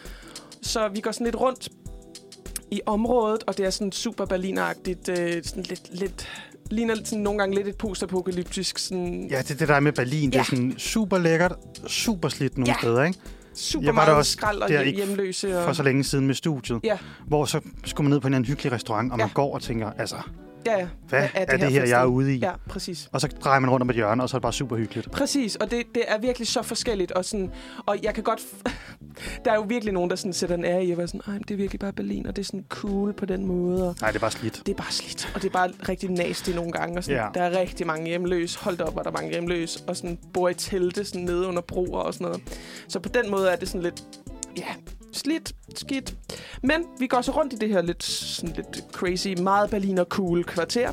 Så vi går sådan lidt rundt i området, og det er sådan super Berlin-agtigt. Øh, sådan lidt... lidt ligner sådan nogle gange lidt et post-apokalyptisk sådan... Ja, det er det der med Berlin. Ja. Det er sådan super lækkert, super slidt nogle ja. steder, ikke? Super jeg var meget skrald og hjemløse. Og... for så længe siden med studiet, ja. hvor så skulle man ned på en anden hyggelig restaurant, og ja. man går og tænker, altså... Ja, ja. Hvad er det, er det her, her jeg er ude i? Ja, præcis. Og så drejer man rundt om et hjørne, og så er det bare super hyggeligt. Præcis, og det, det er virkelig så forskelligt. Og, sådan, og jeg kan godt... der er jo virkelig nogen, der sådan sætter en ære i at være sådan, ej, det er virkelig bare Berlin, og det er sådan cool på den måde. Og nej, det er bare slidt. Det er bare slidt, og det er bare rigtig nasty nogle gange. Og sådan, ja. Der er rigtig mange hjemløse. Hold da op, hvor der er mange hjemløse. Og sådan bor i telte sådan nede under broer og sådan noget. Så på den måde er det sådan lidt... Ja, slidt, skidt. Men vi går så rundt i det her lidt, sådan lidt crazy, meget Berliner cool kvarter.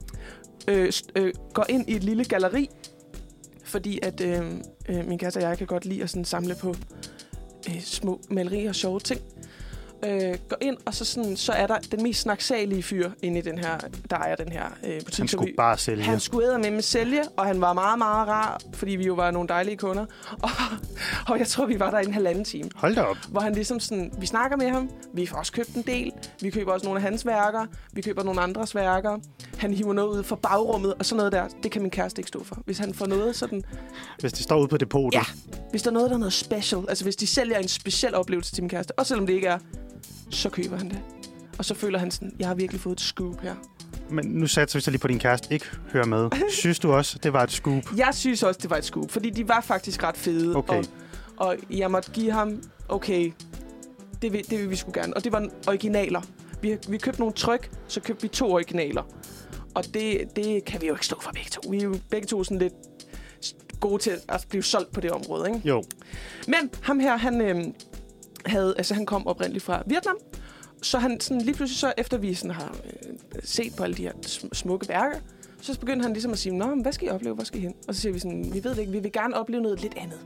Øh, øh, går ind i et lille galleri, fordi at øh, øh, min kæreste og jeg kan godt lide at sådan samle på øh, små malerier og sjove ting. Øh, går ind, og så, sådan, så er der den mest snaksalige fyr inde i den her, der ejer den her øh, butik. Han skulle bare sælge. Han skulle med med sælge, og han var meget, meget rar, fordi vi jo var nogle dejlige kunder. Og, og jeg tror, vi var der i en halvanden time. Hold da op. Hvor han ligesom sådan, vi snakker med ham, vi får også købt en del, vi køber også nogle af hans værker, vi køber nogle andres værker. Han hiver noget ud fra bagrummet, og sådan noget der, det kan min kæreste ikke stå for. Hvis han får noget sådan... Hvis de står ude på depotet. Ja, hvis der er noget, der er noget special. Altså hvis de sælger en speciel oplevelse til min kæreste, også selvom det ikke er, så køber han det. Og så føler han sådan, jeg har virkelig fået et scoop her. Men nu satser vi så lige på, din kæreste ikke hører med. Synes du også, det var et scoop? Jeg synes også, det var et scoop, fordi de var faktisk ret fede. Okay. Og, og jeg måtte give ham, okay, det vil, det vil vi sgu gerne. Og det var originaler. Vi, vi købte nogle tryk, så købte vi to originaler. Og det, det kan vi jo ikke stå for begge to. Vi er jo begge to sådan lidt gode til at blive solgt på det område, ikke? Jo. Men ham her, han... Øhm, havde, altså han kom oprindeligt fra Vietnam, så han sådan lige pludselig så efter vi sådan har øh, set på alle de her smukke værker, så begyndte han ligesom at sige, nå, men hvad skal I opleve, hvor skal I hen? Og så siger vi sådan, vi ved det ikke, vi vil gerne opleve noget lidt andet.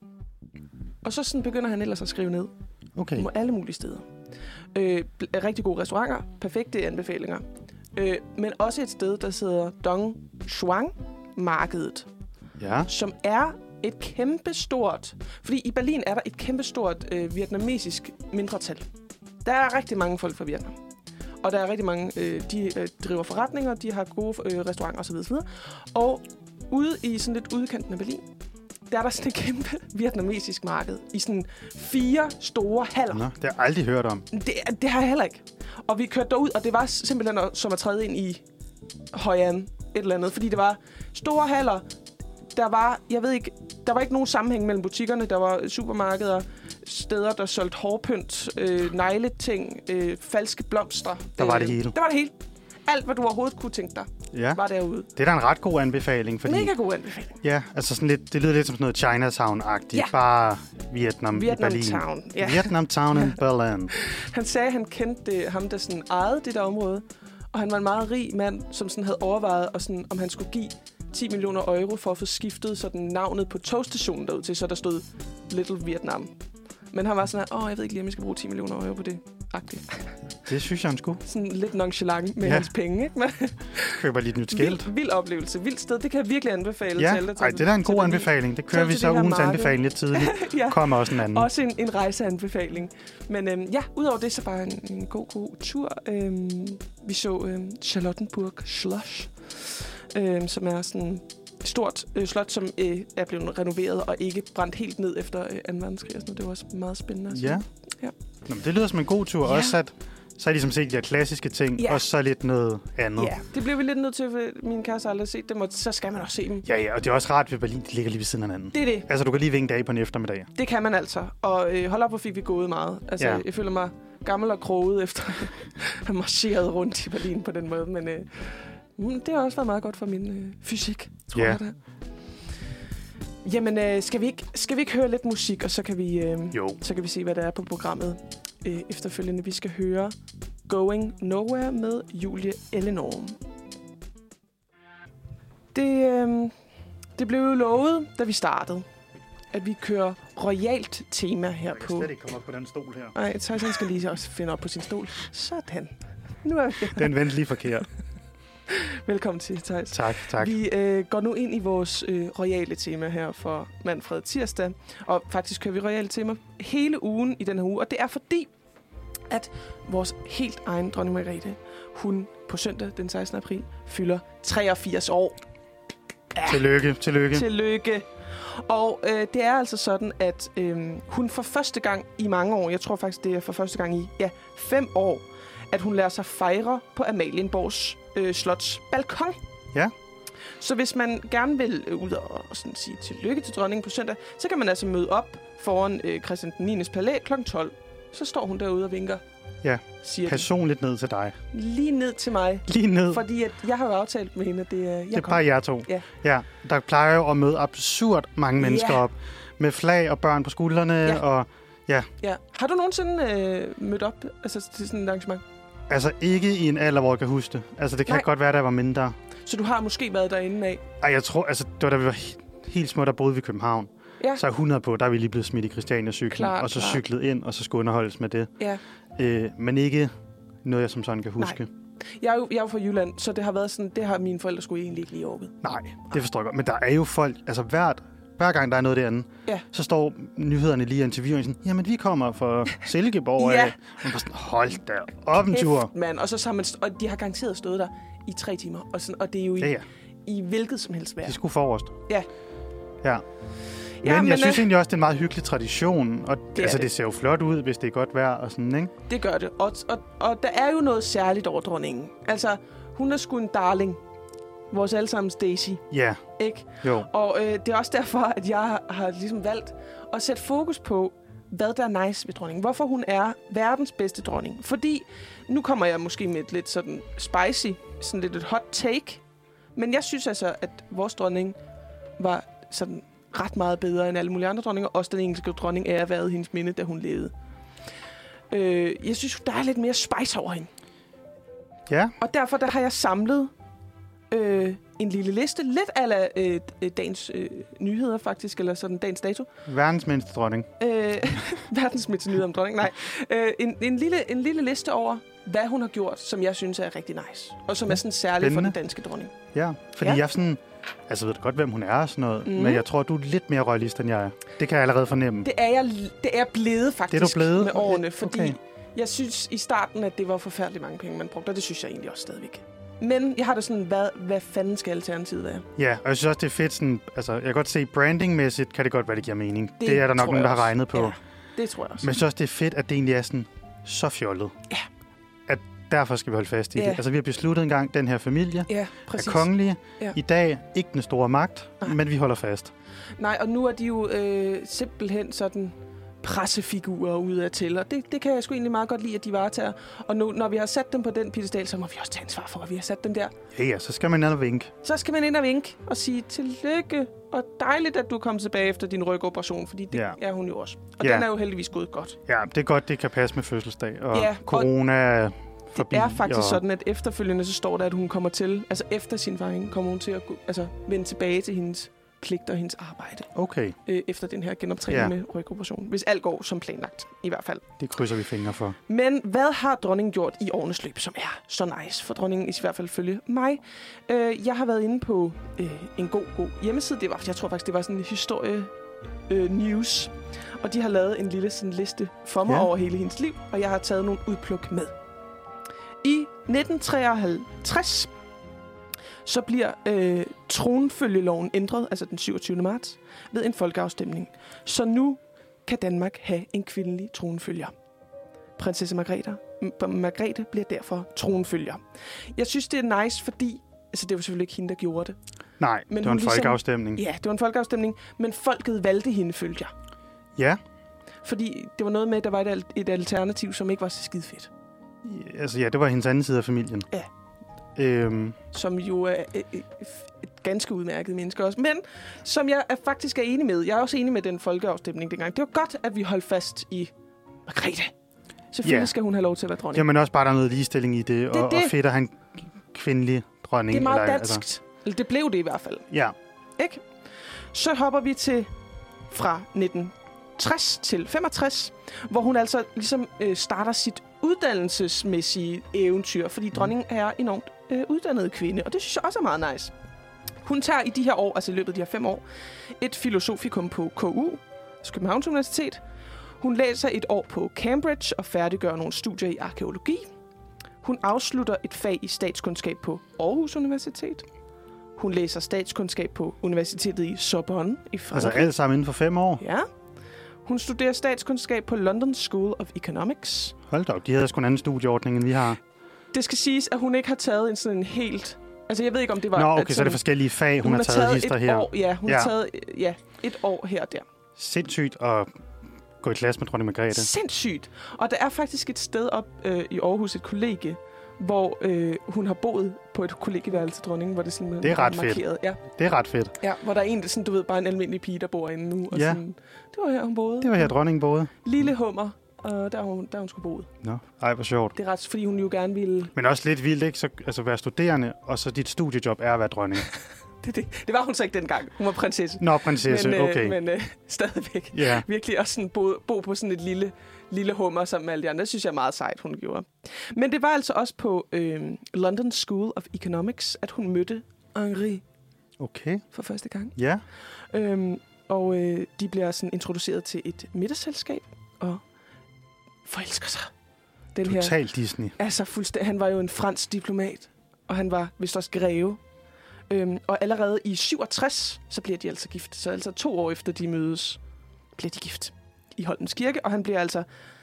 Og så sådan begynder han ellers at skrive ned. Okay. På alle mulige steder. Øh, rigtig gode restauranter, perfekte anbefalinger. Øh, men også et sted, der hedder Dong Xuang Markedet, ja. Som er et kæmpestort... Fordi i Berlin er der et kæmpestort øh, vietnamesisk mindretal. Der er rigtig mange folk fra Vietnam. Og der er rigtig mange... Øh, de øh, driver forretninger, de har gode øh, restauranter osv. osv. Og ude i sådan lidt udkanten af Berlin, der er der sådan et kæmpe vietnamesisk marked. I sådan fire store haller. Nå, det har jeg aldrig hørt om. Det, det har jeg heller ikke. Og vi kørte derud, og det var simpelthen som at træde ind i Hoi An, et eller andet. Fordi det var store haller. Der var, jeg ved ikke, der var ikke nogen sammenhæng mellem butikkerne. Der var supermarkeder, steder, der solgte hårpynt, øh, negleting, øh, falske blomster. Der var det hele. Der var det hele. Alt, hvad du overhovedet kunne tænke dig, ja. var derude. Det er da en ret god anbefaling. Fordi, mega god anbefaling. Ja, altså sådan lidt, det lyder lidt som sådan noget Chinatown-agtigt. Ja. Bare Vietnam, Vietnam i Berlin. Town. Ja. Vietnam Town in Berlin. Han sagde, at han kendte det, ham, der sådan ejede det der område. Og han var en meget rig mand, som sådan havde overvejet, og sådan, om han skulle give ti millioner euro for at få skiftet sådan navnet på togstationen derud til, så der stod Little Vietnam. Men han var sådan, åh, jeg ved ikke lige, om jeg skal bruge ti millioner euro på det. Agtigt. Det synes jeg, han skulle. Sådan lidt nonchalant med ja. hans penge, ikke? Men køber lige et nyt skilt. Vild, vild oplevelse, vildt sted. Det kan jeg virkelig anbefale ja. til alle. Ej, det er da en god anbefaling. Det kører vi så ugens anbefaling lidt tidligt. ja. Kommer også en anden. Også en, en rejseanbefaling. Men øhm, ja, udover det, så bare en, en god, god tur. Øhm, vi så øhm, Charlottenburg Schloss, øhm, som er sådan et stort øh, slot, som øh, er blevet renoveret og ikke brændt helt ned efter øh, anden verdenskrig. Og sådan noget. Det var også meget spændende at se. Ja. ja. Nå, men det lyder som en god tur. Ja. Også at så har de ligesom set de her klassiske ting, ja. Og så lidt noget andet. Ja, det blev vi lidt nødt til, for min kæreste har aldrig set dem, og så skal man også se dem. Ja, ja, og det er også rart ved Berlin, de ligger lige ved siden af hinanden. Det er det. Altså, du kan lige vinke af på en eftermiddag. Det kan man altså. Og øh, hold op, hvor fik vi gået meget. Altså, ja. Jeg føler mig gammel og kroget efter at have marcheret rundt i Berlin på den måde. Men øh, det har også været meget godt for min øh, fysik, tror ja. jeg da. Jamen, øh, skal, vi ikke, skal vi ikke høre lidt musik, og så kan vi, øh, så kan vi se, hvad der er på programmet øh, efterfølgende. Vi skal høre Going Nowhere med Julie Ellenorm. Det, øh, det blev jo lovet, da vi startede, at vi kører royalt tema her på... Jeg kan på... slet ikke komme op på den stol her. Nej, Theis skal lige også finde op på sin stol. Sådan. Nu er vi... Den vendte lige forkert. Velkommen til, Theis. Tak, tak. Vi øh, går nu ind i vores øh, royale tema her for Manfred Tirsdag. Og faktisk kører vi royale tema hele ugen i den her uge. Og det er fordi, at vores helt egen dronning Margrethe, hun på søndag den sekstende april fylder treogfirs år. Ja. Tillykke, tillykke. Tillykke. Og øh, det er altså sådan, at øh, hun for første gang i mange år, jeg tror faktisk, det er for første gang i ja, fem år, at hun lader sig fejre på Amalienborgs øh, slots balkon. Ja. Så hvis man gerne vil øh, ud og, og sådan sige tillykke til dronningen på søndag, så kan man altså møde op foran øh, Christian den niendes palæ klokken tolv. Så står hun derude og vinker. Ja, siger personligt ned til dig. Lige ned til mig. Lige ned. Fordi at jeg har jo aftalt med hende, at det er... Det er bare jer to. Ja. Ja. Der plejer jo at møde absurd mange mennesker ja. op. Med flag og børn på skuldrene. Ja. Og ja. ja. Har du nogensinde øh, mødt op altså, til sådan et arrangement? Altså ikke i en alder, hvor jeg kan huske det. Altså det kan Nej. godt være, da jeg var mindre. Så du har måske været derinde af? Ej, jeg tror... Altså det var da vi var helt, helt små, der boede vi i København. Ja. Så er hundrede på, der er vi lige blevet smidt i Christiania-cyklen. Og så klar. Cyklet ind, og så skulle underholdes med det. Ja. Øh, men ikke noget, jeg som sådan kan huske. Nej. Jeg er, jo, jeg er jo fra Jylland, så det har været sådan, det har mine forældre skulle egentlig ikke lige orket. Nej, det forstår jeg godt. Men der er jo folk, altså hvert, hver gang der er noget derinde, ja. Så står nyhederne lige i interviewen sådan, jamen vi kommer fra Silkeborg ja. af. Man bare sådan, hold da op en tur. Man. Og, så har man, og de har garanteret stået der i tre timer, og, sådan, og det er jo i, ja, ja. i hvilket som helst vejr. De skulle forrest. Ja. Ja. Men, ja, men jeg synes øh, egentlig også, det er en meget hyggelig tradition. Og det, altså, det. det ser jo flot ud, hvis det er godt vejr og sådan, ikke? Det gør det. Og, og, og der er jo noget særligt over dronningen. Altså, hun er sgu en darling. Vores allesammens Daisy. Ja. Ikke? Jo. Og øh, det er også derfor, at jeg har, har ligesom valgt at sætte fokus på, hvad der er nice ved dronningen. Hvorfor hun er verdens bedste dronning. Fordi, nu kommer jeg måske med et lidt sådan spicy, sådan lidt et hot take. Men jeg synes altså, at vores dronning var sådan ret meget bedre end alle mulige andre dronninger. Også den engelske dronning er været hendes minde, da hun levede. Øh, jeg synes, der er lidt mere spice over hende. Ja. Og derfor der har jeg samlet øh, en lille liste. Lidt ala øh, dagens øh, nyheder, faktisk. Eller sådan dagens dato. Verdens mindste dronning. Øh, verdens mindste nyheder om dronning. Nej. Øh, en, en, lille, en lille liste over, hvad hun har gjort, som jeg synes er rigtig nice. Og som er sådan særligt for den danske dronning. Ja, fordi ja. jeg er sådan... Altså, jeg ved godt, hvem hun er og sådan noget, mm. men jeg tror, du er lidt mere royalist, end jeg er. Det kan jeg allerede fornemme. Det er jeg, det er blevet faktisk det er du blevet? Med årene, fordi okay. jeg synes i starten, at det var forfærdeligt mange penge, man brugte, og det synes jeg egentlig også stadigvæk. Men jeg har da sådan, hvad, hvad fanden skal alternativet være? Ja, og jeg synes også, det er fedt sådan, altså, jeg kan godt se, brandingmæssigt kan det godt være, det giver mening. Det, det er der nok nogen, der har regnet på. Ja, det tror jeg også. Men jeg synes også, det er fedt, at det egentlig er sådan så fjollet. Ja. At derfor skal vi holde fast i ja. det. Altså, vi har besluttet engang, den her familie ja, er kongelige. Ja. I dag ikke den store magt, Nej. men vi holder fast. Nej, og nu er de jo øh, simpelthen sådan pressefigurer ud af til, og det, det kan jeg sgu egentlig meget godt lide, at de varetager. Og nu, når vi har sat dem på den piedestal, så må vi også tage ansvar for, at vi har sat dem der. Ja, ja, så skal man ind og vinke. Så skal man ind og vinke og sige tillykke, og dejligt, at du kom tilbage efter din rygoperation, fordi det ja. er hun jo også. Og ja. den er jo heldigvis gået godt. Ja, det er godt, det kan passe med fødselsdag, og ja, corona... Og forbi, det er faktisk og... sådan, at efterfølgende så står der, at hun kommer til, altså efter sin fejring, kommer hun til at altså, vende tilbage til hendes pligter og hendes arbejde. Okay. Øh, efter den her genoptræning ja. med rygoperation. Hvis alt går som planlagt, i hvert fald. Det krydser vi fingre for. Men hvad har dronningen gjort i årenes løb, som er så nice for dronningen, i hvert fald følge mig? Øh, jeg har været inde på øh, en god, god hjemmeside. Det var, jeg tror faktisk, det var sådan en historie øh, news. Og de har lavet en lille sådan, liste for mig ja. over hele hendes liv, og jeg har taget nogle udpluk med. I nitten treoghalvtreds så bliver øh, tronfølgeloven ændret, altså den syvogtyvende marts, ved en folkeafstemning. Så nu kan Danmark have en kvindelig tronfølger. Prinsesse Margrethe, Margrethe bliver derfor tronfølger. Jeg synes, det er nice, fordi... Altså, det var selvfølgelig ikke hende, der gjorde det. Nej, men det var en ligesom, folkeafstemning. Ja, det var en folkeafstemning, men folket valgte hende følger. Ja. Fordi det var noget med, at der var et, et alternativ, som ikke var så skide fedt. Ja, altså, ja, det var hendes anden side af familien. Ja. Øhm. Som jo er et, et, et ganske udmærket menneske også. Men som jeg er, faktisk er enig med. Jeg er også enig med den folkeafstemning dengang. Det var godt, at vi holdt fast i Margrethe. Selvfølgelig yeah. skal hun have lov til at være dronning. Jamen også bare, der er noget ligestilling i det. det og, det. og fedt at have en kvindelig dronning. Det er meget eller, danskt. Altså. Eller det blev det i hvert fald. Ja. Ikke? Så hopper vi til fra nitten tres til femogtres, hvor hun altså ligesom øh, starter sit uddannelsesmæssige eventyr, fordi dronningen er enormt øh, uddannet kvinde, og det synes jeg også er meget nice. Hun tager i de her år, altså i løbet af de her fem år, et filosofikum på K U, Københavns Universitet. Hun læser et år på Cambridge og færdiggør nogle studier i arkæologi. Hun afslutter et fag i statskundskab på Aarhus Universitet. Hun læser statskundskab på Universitetet i Sorbonne i Frankrig. Altså alt sammen inden for fem år? Ja. Hun studerer statskundskab på London School of Economics. Hold da op, de havde sgu en anden studieordning, end vi har. Det skal siges, at hun ikke har taget en sådan en helt... Altså, jeg ved ikke, om det var... Nå, okay, sådan, så er det forskellige fag, hun, hun har taget, taget hister et her. År, ja, hun ja. har taget ja, et år her og der. Sindssygt at gå i klasse med dronning Margrethe. Sindssygt. Og der er faktisk et sted op øh, i Aarhus, et kollegie, hvor øh, hun har boet på et kollegieværelse til dronningen, hvor det sådan det er ret markeret. Fedt. Ja. Det er ret fedt. Ja, hvor der er en, sådan, du ved, bare en almindelig pige, der bor inde nu. Og ja. sådan, det var her, hun boede. Det var her, dronningen boede. Lille hummer, og der hun, der hun skulle boet. Nå, ej, hvor sjovt. Det er ret, fordi hun jo gerne ville... Men også lidt vildt, ikke? Så, altså være studerende, og så dit studiejob er at være dronning. det, det, det var hun så ikke dengang. Hun var prinsesse. Nå, prinsesse, men, okay. Øh, men øh, stadigvæk. Yeah. Virkelig også sådan bo, bo på sådan et lille... lille hummer sammen med alle de andre. Det synes jeg er meget sejt, hun gjorde. Men det var altså også på øh, London School of Economics, at hun mødte Henri okay. for første gang. Ja. Øhm, og øh, de bliver sådan introduceret til et middagsselskab og forelsker sig. Den Total her, Disney. Altså fuldstændig. Han var jo en fransk diplomat, og han var vist også greve. Øhm, og allerede i syvogtres, så bliver de altså gift. Så altså to år efter de mødes, bliver de gift i Holmens Kirke, og han bliver altså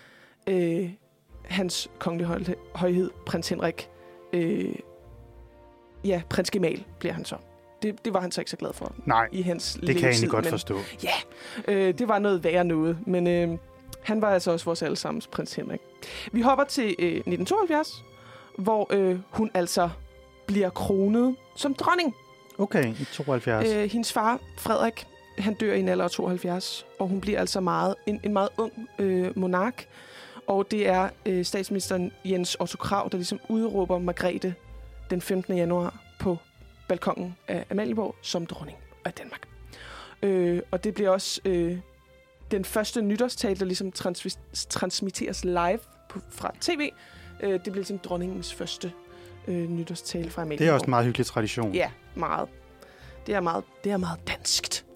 øh, hans kongelige højhed, prins Henrik. Øh, ja, prins Gemal bliver han så. Det, det var han så ikke så glad for. Nej, i hans det kan jeg egentlig godt men, forstå. Ja, øh, det var noget værre noget, men øh, han var altså også vores allesammens prins Henrik. Vi hopper til øh, nitten tooghalvfjerds, hvor øh, hun altså bliver kronet som dronning. Okay, i tooghalvfjerds. Øh, hendes far, Frederik, han dør i en alder af tooghalvfjerds, og hun bliver altså meget, en, en meget ung øh, monark. Og det er øh, statsministeren Jens Otto Krag, der ligesom udråber Margrethe den femtende januar på balkongen af Amalienborg som dronning af Danmark. Øh, og det bliver også øh, den første nytårstale, der ligesom trans- transmitteres live på, fra tv. Øh, det bliver ligesom dronningens første øh, nytårstale fra Amalienborg. Det er også en meget hyggelig tradition. Ja, meget. Det er meget, det er meget danskt.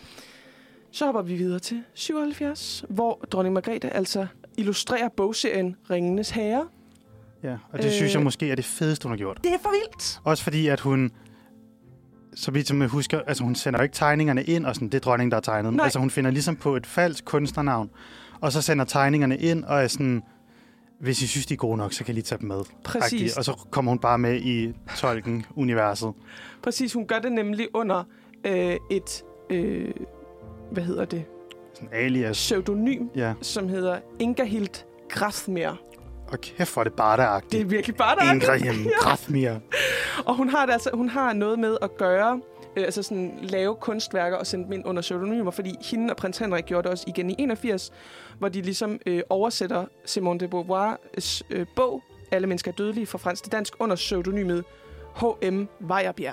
Så hopper vi videre til syvoghalvfjerds, hvor dronning Margrethe altså illustrerer bogserien Ringenes Herre. Ja, og det øh, synes jeg måske er det fedeste, hun har gjort. Det er for vildt. Også fordi, at hun, så vidt som jeg husker, altså hun sender jo ikke tegningerne ind, og sådan, det er dronningen, der har tegnet dem. Altså hun finder ligesom på et falsk kunstnernavn, og så sender tegningerne ind, og er sådan, hvis I synes, de er gode nok, så kan I lige tage dem med. Præcis. Agtigt. Og så kommer hun bare med i Tolkien-universet. Præcis, hun gør det nemlig under øh, et, øh, hvad hedder det? Sådan alias. Pseudonym, ja. Som hedder Ingahild Grathmer. Og kæft, hvor er det barteragtigt. Det er virkelig barteragtigt. Ingahild Grathmer. Og hun har, det altså, hun har noget med at gøre, øh, altså sådan lave kunstværker og sende dem ind under pseudonymer, fordi hende og prins Henrik gjorde det også igen i enogfirs, hvor de ligesom øh, oversætter Simone de Beauvoirs øh, bog, Alle mennesker er dødelige, fra fransk til dansk, under pseudonymet H M Weyerbjerg.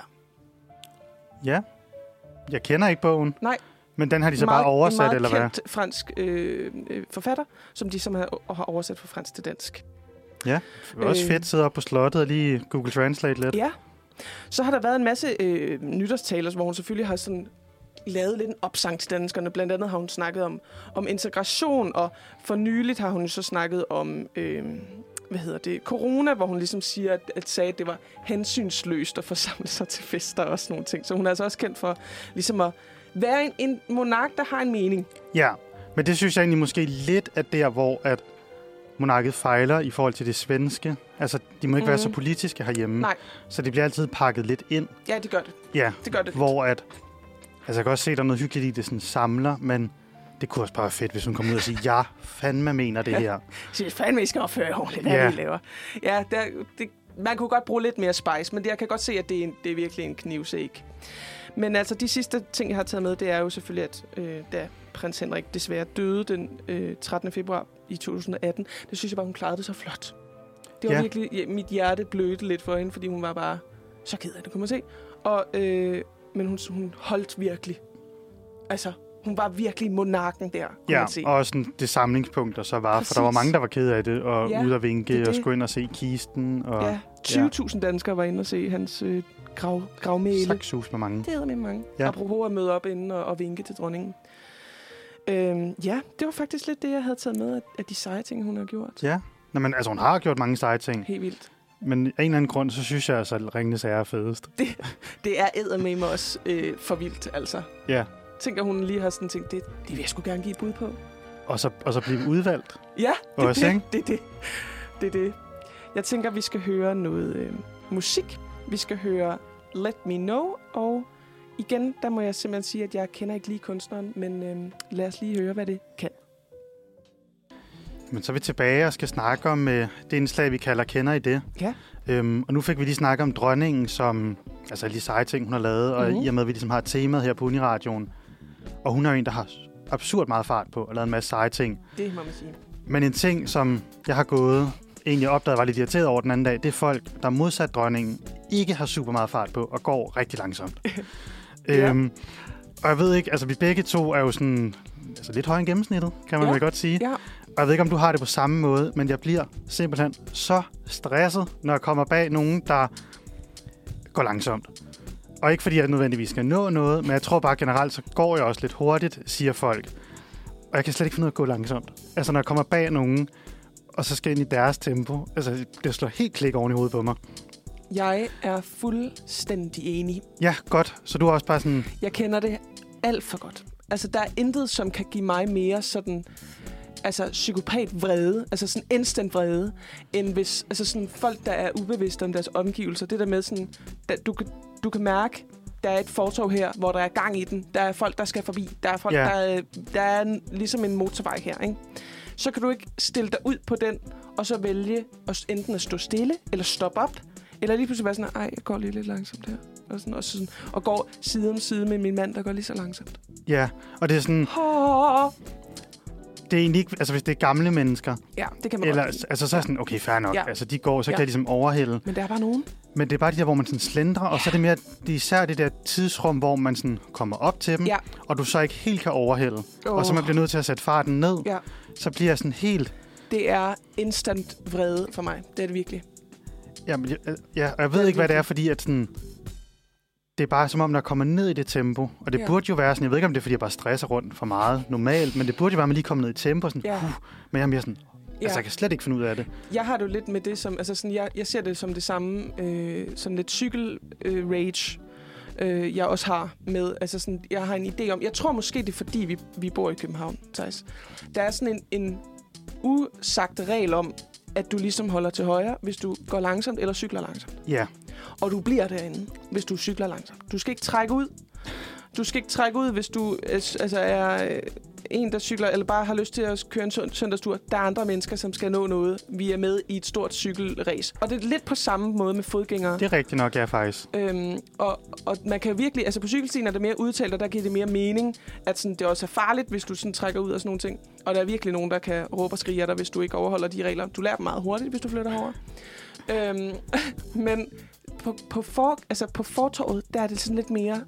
Ja. Jeg kender ikke bogen. Nej. Men den har de så meget, bare oversat, eller hvad? En meget kendt fransk øh, øh, forfatter, som de som har, har oversat fra fransk til dansk. Ja, også øh, fedt at sidde op på slottet og lige Google Translate lidt. Ja. Så har der været en masse øh, nytårstaler, hvor hun selvfølgelig har sådan lavet lidt en opsang til danskerne. Blandt andet har hun snakket om, om integration, og for nyligt har hun så snakket om, øh, hvad hedder det, corona, hvor hun ligesom siger, at, at sagde, at det var hensynsløst at forsamle sig til fester og sådan nogle ting. Så hun er altså også kendt for ligesom at være en, en monark, der har en mening. Ja, men det synes jeg egentlig måske lidt er der, hvor at monarket fejler i forhold til det svenske. Altså, de må ikke mm. være så politiske herhjemme. Nej. Så det bliver altid pakket lidt ind. Ja, det gør det. Ja, det gør det. Hvor at, altså jeg kan også se, at der er noget hyggeligt i det sådan samler, men det kunne også bare være fedt, hvis hun kom ud og siger, ja, fandme mener det her. Så fandme, I skal opføre ordentligt, hvad ja. vi laver. Ja, der, det, man kunne godt bruge lidt mere spice, men det, jeg kan godt se, at det er, en, det er virkelig en knivsæg. Men altså, de sidste ting, jeg har taget med, det er jo selvfølgelig, at øh, da prins Henrik desværre døde den øh, trettende februar i to tusind og atten, det synes jeg bare, hun klarede det så flot. Det var ja. virkelig, ja, mit hjerte blødte lidt for hende, fordi hun var bare så ked af det, kunne man se. Og, øh, men hun, hun holdt virkelig. Altså, hun var virkelig monarken der, kunne ja, man se. Og også sådan det samlingspunkt, der så var. Præcis. For der var mange, der var ked af det, og ja, ude at vinke, og skulle ind og se kisten. Og, ja, tyve tusind ja. danskere var inde og se hans øh, grav, gravmæle. Saksus med mange. Det hedder med mange. Ja. Apropos at møde op inden og, og vinke til dronningen. Øhm, ja, det var faktisk lidt det, jeg havde taget med af, af de seje ting, hun har gjort. Ja, Nå, men altså hun har gjort mange seje ting. Helt vildt. Men af en eller anden grund, så synes jeg altså, at Ringenes Herre er fedest. Det, det er eddermame også øh, for vildt, altså. Ja. Tænker hun lige har sådan tænkt, det, det vil jeg sgu gerne give et bud på. Og så, og så blive udvalgt. Ja, det er også, det, det, det. det er det. Jeg tænker, vi skal høre noget øh, musik. Vi skal høre Let Me Know, og igen, der må jeg simpelthen sige, at jeg kender ikke lige kunstneren, men øh, lad os lige høre, hvad det kan. Men så er vi tilbage og skal snakke om øh, det indslag, vi kalder Kender I det? Ja. Øhm, og nu fik vi lige snakket om dronningen, som altså lige seje ting, hun har lavet, og mm-hmm. i og med, at vi ligesom har temaet her på Uniradioen. Og hun er jo en, der har absurd meget fart på og lavet en masse seje ting. Det må man sige. Men en ting, som jeg har gået, egentlig opdaget, var lidt irriteret over den anden dag, det er folk, der modsat dronningen ikke har super meget fart på og går rigtig langsomt. ja. øhm, og jeg ved ikke, altså vi begge to er jo sådan altså lidt højere end gennemsnittet, kan man ja. vel godt sige. Ja. Og jeg ved ikke, om du har det på samme måde, men jeg bliver simpelthen så stresset, når jeg kommer bag nogen, der går langsomt. Og ikke fordi jeg nødvendigvis skal nå noget, men jeg tror bare generelt, så går jeg også lidt hurtigt, siger folk. Og jeg kan slet ikke finde ud af at gå langsomt. Altså når jeg kommer bag nogen, og så skal ind i deres tempo, altså det slår helt klik oven i hovedet på mig. Jeg er fuldstændig enig. Ja, godt. Så du er også bare sådan... Jeg kender det alt for godt. Altså der er intet, som kan give mig mere sådan... altså psykopat vrede, altså sådan instant vrede, end hvis altså sådan folk, der er ubevidste om deres omgivelser. Det der med sådan, der, du, du kan mærke, der er et fortov her, hvor der er gang i den. Der er folk, der skal forbi. Der er folk, yeah. der, der er en, ligesom en motorvej her, ikke? Så kan du ikke stille dig ud på den, og så vælge at enten at stå stille, eller stoppe op, eller lige pludselig være sådan, ej, jeg går lige lidt langsomt her. Og, sådan, og, sådan, og går side om side med min mand, der går lige så langsomt. Ja, og det er sådan... Oh. Det er egentlig ikke, altså hvis det er gamle mennesker. Ja, det kan man eller, godt altså så er sådan, okay, fair nok. Ja. Altså de går, så ja. kan de ligesom overhælde. Men der er bare nogen. Men det er bare de der, hvor man sådan slendrer, ja. og så er det mere, det er især det der tidsrum, hvor man sådan kommer op til dem, ja. og du så ikke helt kan overhælde. Oh. Og så man bliver nødt til at sætte farten ned. Ja. Så bliver jeg sådan helt... Det er instant vrede for mig. Det er det virkelig. Jamen, jeg, ja, og jeg ved ikke, hvad det er, fordi at sådan... Det er bare som om, der kommer ned i det tempo. Og det ja. burde jo være sådan, jeg ved ikke, om det er, fordi jeg bare stresser rundt for meget normalt, men det burde jo være, at man lige kommer ned i tempo. Sådan, ja. uh, men jeg er mere sådan, ja. altså jeg kan slet ikke finde ud af det. Jeg har det jo lidt med det som, altså sådan, jeg, jeg ser det som det samme, øh, sådan lidt cykel-rage, øh, øh, jeg også har med, altså sådan, jeg har en idé om, jeg tror måske det er, fordi vi, vi bor i København, Thijs. Der er sådan en, en usagt regel om, at du ligesom holder til højre, hvis du går langsomt eller cykler langsomt. Ja. Og du bliver derinde, hvis du cykler langsomt. Du skal ikke trække ud. Du skal ikke trække ud, hvis du altså er en, der cykler, eller bare har lyst til at køre en søndagstur. Der er andre mennesker, som skal nå noget. Vi er med i et stort cykelræs. Og det er lidt på samme måde med fodgængere. Det er rigtigt nok, ja, faktisk. Øhm, og, og man kan virkelig... Altså på cykelstien er det mere udtalt, og der giver det mere mening, at sådan, det også er farligt, hvis du sådan trækker ud og sådan nogle ting. Og der er virkelig nogen, der kan råbe og skrige af dig, hvis du ikke overholder de regler. Du lærer dem meget hurtigt, hvis du flytter herover. øhm, men... På, på, for, altså på fortorvet, der er det sådan lidt mere...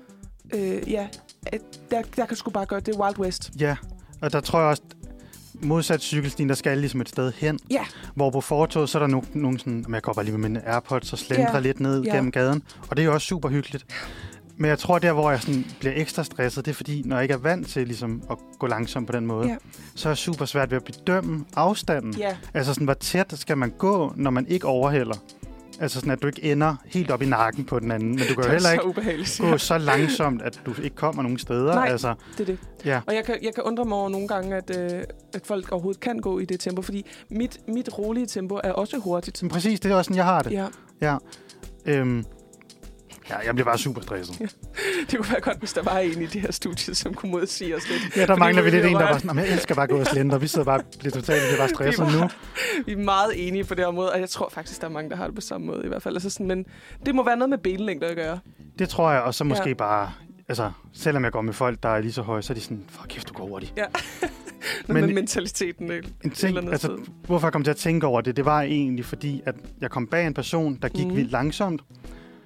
Øh, ja, der, der kan sgu bare gøre det Wild West. Ja, og der tror jeg også, modsat cykelstien, der skal ligesom et sted hen. Ja. Hvor på fortorvet, så er der nogen, nogen sådan... Jeg går bare lige med mine AirPods og slendrer ja. lidt ned ja. gennem gaden. Og det er jo også super hyggeligt. Men jeg tror, der hvor jeg sådan bliver ekstra stresset, det er fordi, når jeg ikke er vant til ligesom, at gå langsomt på den måde, ja. så er det super svært ved at bedømme afstanden. Ja. Altså sådan, hvor tæt skal man gå, når man ikke overhælder? Altså sådan, at du ikke ender helt op i nakken på den anden. Men du kan jo heller ikke gå så langsomt, at du ikke kommer nogen steder. Nej, altså, det er det. Ja. Og jeg kan, jeg kan undre mig over nogle gange, at, øh, at folk overhovedet kan gå i det tempo. Fordi mit, mit rolige tempo er også hurtigt. Men præcis, det er også sådan, jeg har det. Ja. Ja. Øhm. Ja, jeg bliver bare super stresset. Ja. Det kunne være godt, hvis der var en i det her studie, som kunne modsige os lidt. Ja, der mangler vi lidt en, der var sådan, jeg elsker bare at gå og slendre. Vi sidder bare og bliver totalt bliver bare stresset vi nu. Vi er meget enige på det her måde, og jeg tror faktisk, der er mange, der har det på samme måde i hvert fald. Altså sådan, men det må være noget med benlængder at gøre. Det tror jeg, og så måske ja. bare... Altså, selvom jeg går med folk, der er lige så høje, så er de sådan, fuck kæft, du går hurtigt. Ja, men med mentaliteten. En ting, altså, hvorfor jeg kom til at tænke over det, det var egentlig fordi, at jeg kom bag en person, der gik mm. vildt langsomt.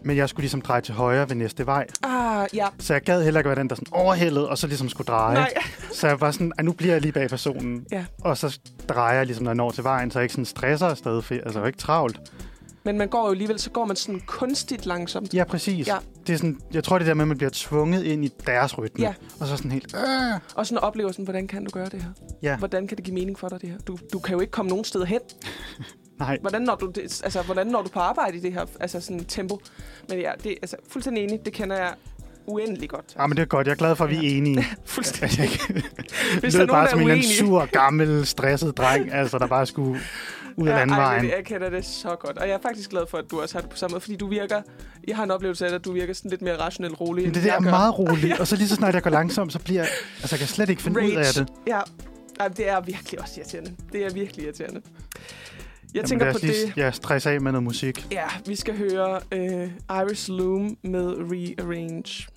Men jeg skulle ligesom dreje til højre ved næste vej. Ah, ja. Så jeg gad heller ikke være den, der sådan overhældede, og så ligesom skulle dreje. Nej. Så jeg var sådan, at nu bliver jeg lige bag personen. Ja. Og så drejer jeg ligesom, når jeg når til vejen, så jeg ikke sådan stresser afsted. Altså, jeg er ikke travlt. Men man går jo alligevel, så går man sådan kunstigt langsomt. Ja, præcis. Ja. Det er sådan, jeg tror, det der med, at man bliver tvunget ind i deres rytme. Ja. Og så sådan helt... Øh. Og sådan oplever sådan, hvordan kan du gøre det her? Ja. Hvordan kan det give mening for dig, det her? Du, du kan jo ikke komme nogen steder hen. Nej. Hvordan når du, det, altså, hvordan når du på arbejde i det her altså sådan tempo? Men ja, det er altså, fuldstændig enig. Det kender jeg uendelig godt. Altså. Ja, men det er godt. Jeg er glad for, at vi er enige. Fuldstændig. Hvis det er bare som en eller sur, gammel, stresset dreng, altså, der bare skulle ud af ja, landvejen. Ej, jeg kender det så godt. Og jeg er faktisk glad for, at du også har det på samme måde. Fordi du virker... Jeg har en oplevelse af, at du virker sådan lidt mere rationelt rolig. Men det der er meget roligt. Og så lige så snart jeg går langsomt, så bliver jeg... Altså, jeg kan slet ikke finde Rage. ud af det. Ja. Ej, det er virkelig også irriterende. Det er virkelig irriterende. Jeg Jamen, tænker på lige, det... Jeg stresser af med noget musik. Ja, vi skal høre uh, Iris Loom med Rearrange.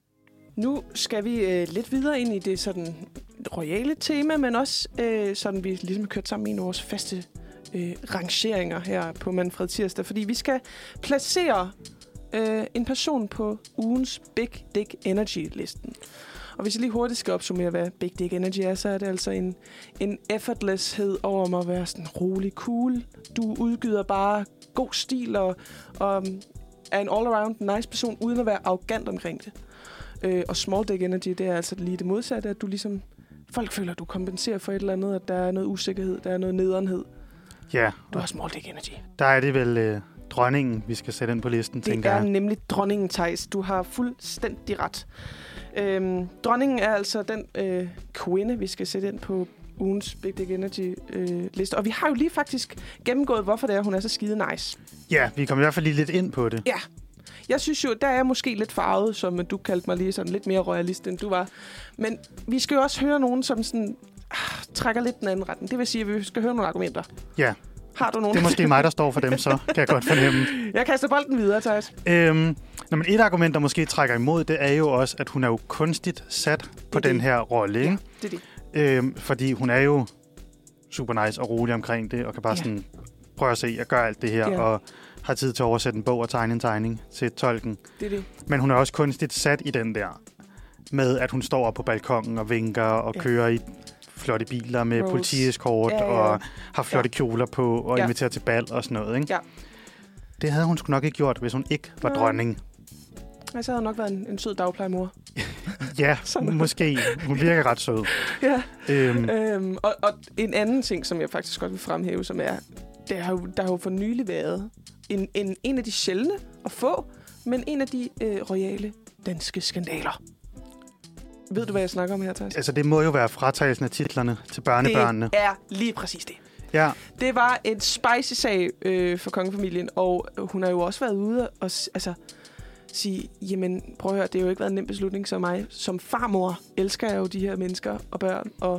Nu skal vi uh, lidt videre ind i det sådan royale tema, men også uh, sådan, vi ligesom har kørt sammen i vores faste uh, rangeringer her på Manfred Tirsdag. Fordi vi skal placere uh, en person på ugens Big Dick Energy-listen. Og hvis jeg lige hurtigt skal opsummere, hvad Big Dick Energy er, så er det altså en, en effortlesshed over mig at være sådan rolig, cool. Du udgyder bare god stil og, og er en all-around nice person, uden at være arrogant omkring det. Øh, og Small Dick Energy, det er altså lige det modsatte, at du ligesom... Folk føler, at du kompenserer for et eller andet, at der er noget usikkerhed, der er noget nederenhed. Ja. Du har Small Dick Energy. Der er det vel øh, dronningen, vi skal sætte ind på listen, det tænker jeg. Det er nemlig dronningen, Theis. Du har fuldstændig ret. Øhm, dronningen er altså den øh, kvinde, vi skal sætte ind på ugens Big Dick Energy øh, liste. Og vi har jo lige faktisk gennemgået, hvorfor det er, hun er så skide nice. Ja, vi kommer i hvert fald lige lidt ind på det. Ja. Jeg synes jo, der er jeg måske lidt farvet, som du kaldte mig lige sådan lidt mere royalist, end du var. Men vi skal jo også høre nogen, som sådan ah, trækker lidt den anden retning. Det vil sige, at vi skal høre nogle argumenter. Ja. Har du nogen? Det er måske mig, der står for dem, så kan jeg godt fornemme. Jeg kaster bolden videre, Theis. Øhm, når man et argument, der måske trækker imod, det er jo også, at hun er jo kunstigt sat på det den det. her rolle. Ikke? Ja, det er det. Øhm, fordi hun er jo super nice og rolig omkring det, og kan bare ja. sådan prøve at se, jeg gør alt det her, ja. og har tid til at oversætte en bog og tegne en tegning til tolken. Det er det. Men hun er også kunstigt sat i den der, med at hun står op på balkongen og vinker og ja. kører i flotte biler med politieskort ja, ja, ja. og har flotte ja. kjoler på og ja. inviterer til bal og sådan noget. Ikke? Ja. Det havde hun sgu nok ikke gjort, hvis hun ikke var ja. dronning. Altså havde hun nok været en, en sød dagplejemor. Ja, måske. Hun virker ret sød. Ja. Øhm. Øhm, og, og en anden ting, som jeg faktisk godt vil fremhæve, som er, der har jo, der har jo for nylig været en, en, en af de sjældne at få, men en af de øh, royale danske skandaler. Ved du, hvad jeg snakker om her, Theis? Altså, det må jo være fratagelsen af titlerne til børnebørnene. Det er lige præcis det. Ja. Det var en spicy sag øh, for kongefamilien, og hun har jo også været ude og altså, sige, jamen prøv at høre, det har jo ikke været en nem beslutning som mig. Som farmor elsker jeg jo de her mennesker og børn, og,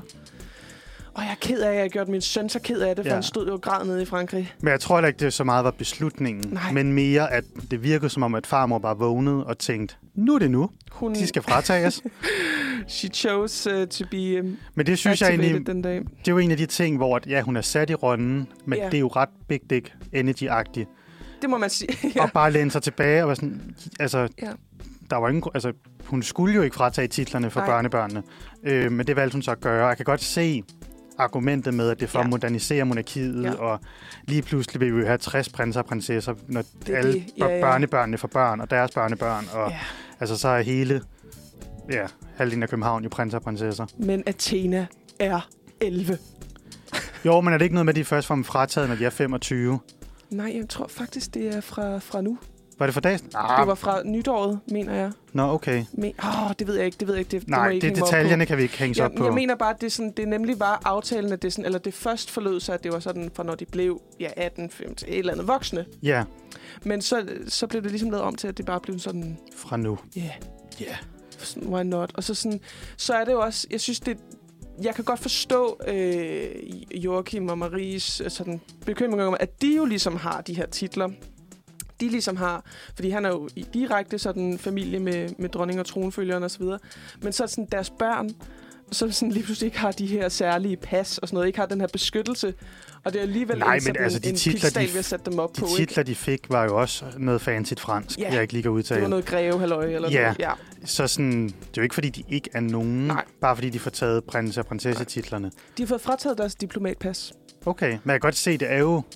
og jeg er ked af, at jeg har gjort min søn så ked af det, for ja. han stod jo og græd nede i Frankrig. Men jeg tror heller ikke, det så meget var beslutningen, Nej. men mere, at det virkede som om, at farmor bare vågnede og tænkte, nu er det nu. Hun... De skal fratages. She chose uh, to be um, men det synes jeg egentlig, den dag. Det er jo en af de ting, hvor at, ja, hun er sat i rollen, men yeah. det er jo ret Big Dick Energy-agtigt. Det må man sige. ja. Og bare læne sig tilbage og være sådan, altså, ja. der var ingen, altså, hun skulle jo ikke fratage titlerne for Nej. børnebørnene, øh, men det valgte hun så at gøre. Jeg kan godt se argumentet med, at det er for ja. at modernisere monarkiet, ja. og lige pludselig vil vi jo have tres prinser og prinsesser, når det, alle det. Ja, ja. børnebørnene får børn, og deres børnebørn, og ja. altså så er hele, ja, halvdelen af København jo prinser og prinsesser. Men Athena er elleve. Jo, men er det ikke noget med, at de først får dem frataget, når de er femogtyve? Nej, jeg tror faktisk, det er fra, fra nu. Var det fra dagen? Ah. Det var fra nytåret, mener jeg. Nå, okay. Men, åh, det ved jeg ikke, det ved jeg ikke. Det, Nej, det, det, det detaljerne kan vi ikke hænge jeg, op på. Jeg mener bare, at det, sådan, det nemlig var aftalen, at det, sådan, eller det først forlød sig, at det var sådan, fra når de blev ja, atten, femten, et eller andet voksne. Ja. Men så, så blev det ligesom lavet om til, at det bare blev sådan... Fra nu. Ja. Yeah. Ja. Yeah. Why not? Og så, sådan, så er det jo også... Jeg synes, det... Jeg kan godt forstå øh, Joachim og Maries sådan, bekymring om, at de jo ligesom har de her titler. De ligesom har, fordi han er jo i direkte sådan familie med, med dronning og tronfølgeren og så videre. Men så er sådan deres børn, som sådan lige pludselig ikke har de her særlige pas og sådan noget, ikke har den her beskyttelse. Og det er alligevel Nej, en, men altså, de en titler, pikstal, de, vi har sat dem op de på. De titler, ikke? de fik, var jo også noget fancy fransk, ja, jeg ikke lige kan udtale. Det var noget greve, halløj, eller ja. noget. Ja, så sådan, det er jo ikke, fordi de ikke er nogen, Nej. bare fordi de får taget prins- og prinsessetitlerne. De har fået frataget deres diplomatpas. Okay, men jeg kan godt se, det er jo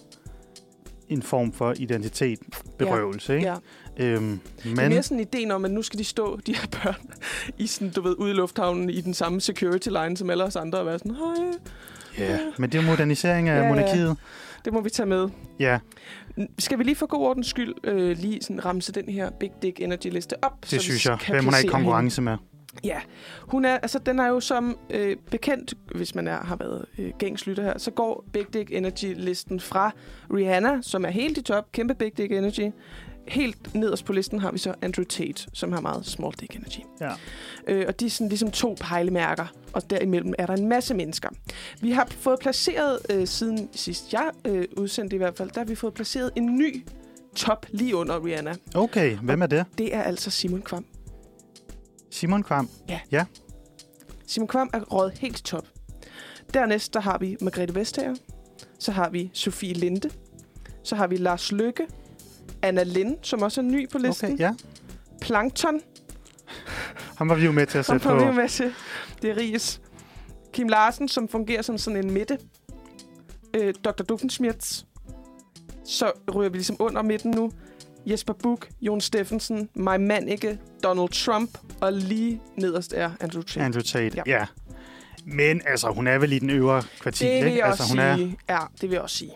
en form for identitetberøvelse, ja. ikke? Ja. Øhm, men... Det er mere sådan ideen om, at nu skal de stå, de her børn, i sådan, du ved, ude i lufthavnen i den samme security line, som alle os andre, og være sådan, hej. Ja, ja, men det er jo modernisering af ja, monarkiet. Ja. Det må vi tage med. Ja. Skal vi lige for god ordens skyld øh, lige sådan ramse den her Big Dick Energy-liste op? Det synes jeg. Hvem hun er i konkurrence hende. med. Ja, hun er, altså, den er jo som øh, bekendt, hvis man er, har været øh, gængslytter her, så går Big Dick Energy-listen fra Rihanna, som er helt i top, kæmpe Big Dick Energy. Helt nederst på listen har vi så Andrew Tate, som har meget Small Dick Energy. Ja. Øh, og de er sådan ligesom to pejlemærker, og derimellem er der en masse mennesker. Vi har fået placeret, øh, siden sidst jeg øh, udsendte i hvert fald, der har vi fået placeret en ny top lige under Rihanna. Okay, hvem er det? Det er altså Simon Kvam. Simon Kvam? Ja. ja. Simon Kvam er røget helt til top. Dernæst, der har vi Margrethe Vestager. Så har vi Sofie Linde. Så har vi Lars Løkke. Anna Lind, som også er ny på listen. Okay, ja. Plankton. Han var vi jo med til at sætte på. Han var vi jo med til. Det er Ries. Kim Larsen, som fungerer som sådan en midte. Øh, doktor Doofenshmirtz. Så ryger vi ligesom under midten nu. Jesper Buch, Jon Steffensen, Maj Mannicke, Donald Trump, og lige nederst er Andrew Tate. Andrew Tate, ja. ja. Men altså, hun er vel i den øvre kvartil, ikke? Det vil jeg altså, også hun sige. Er, ja, det vil jeg også sige.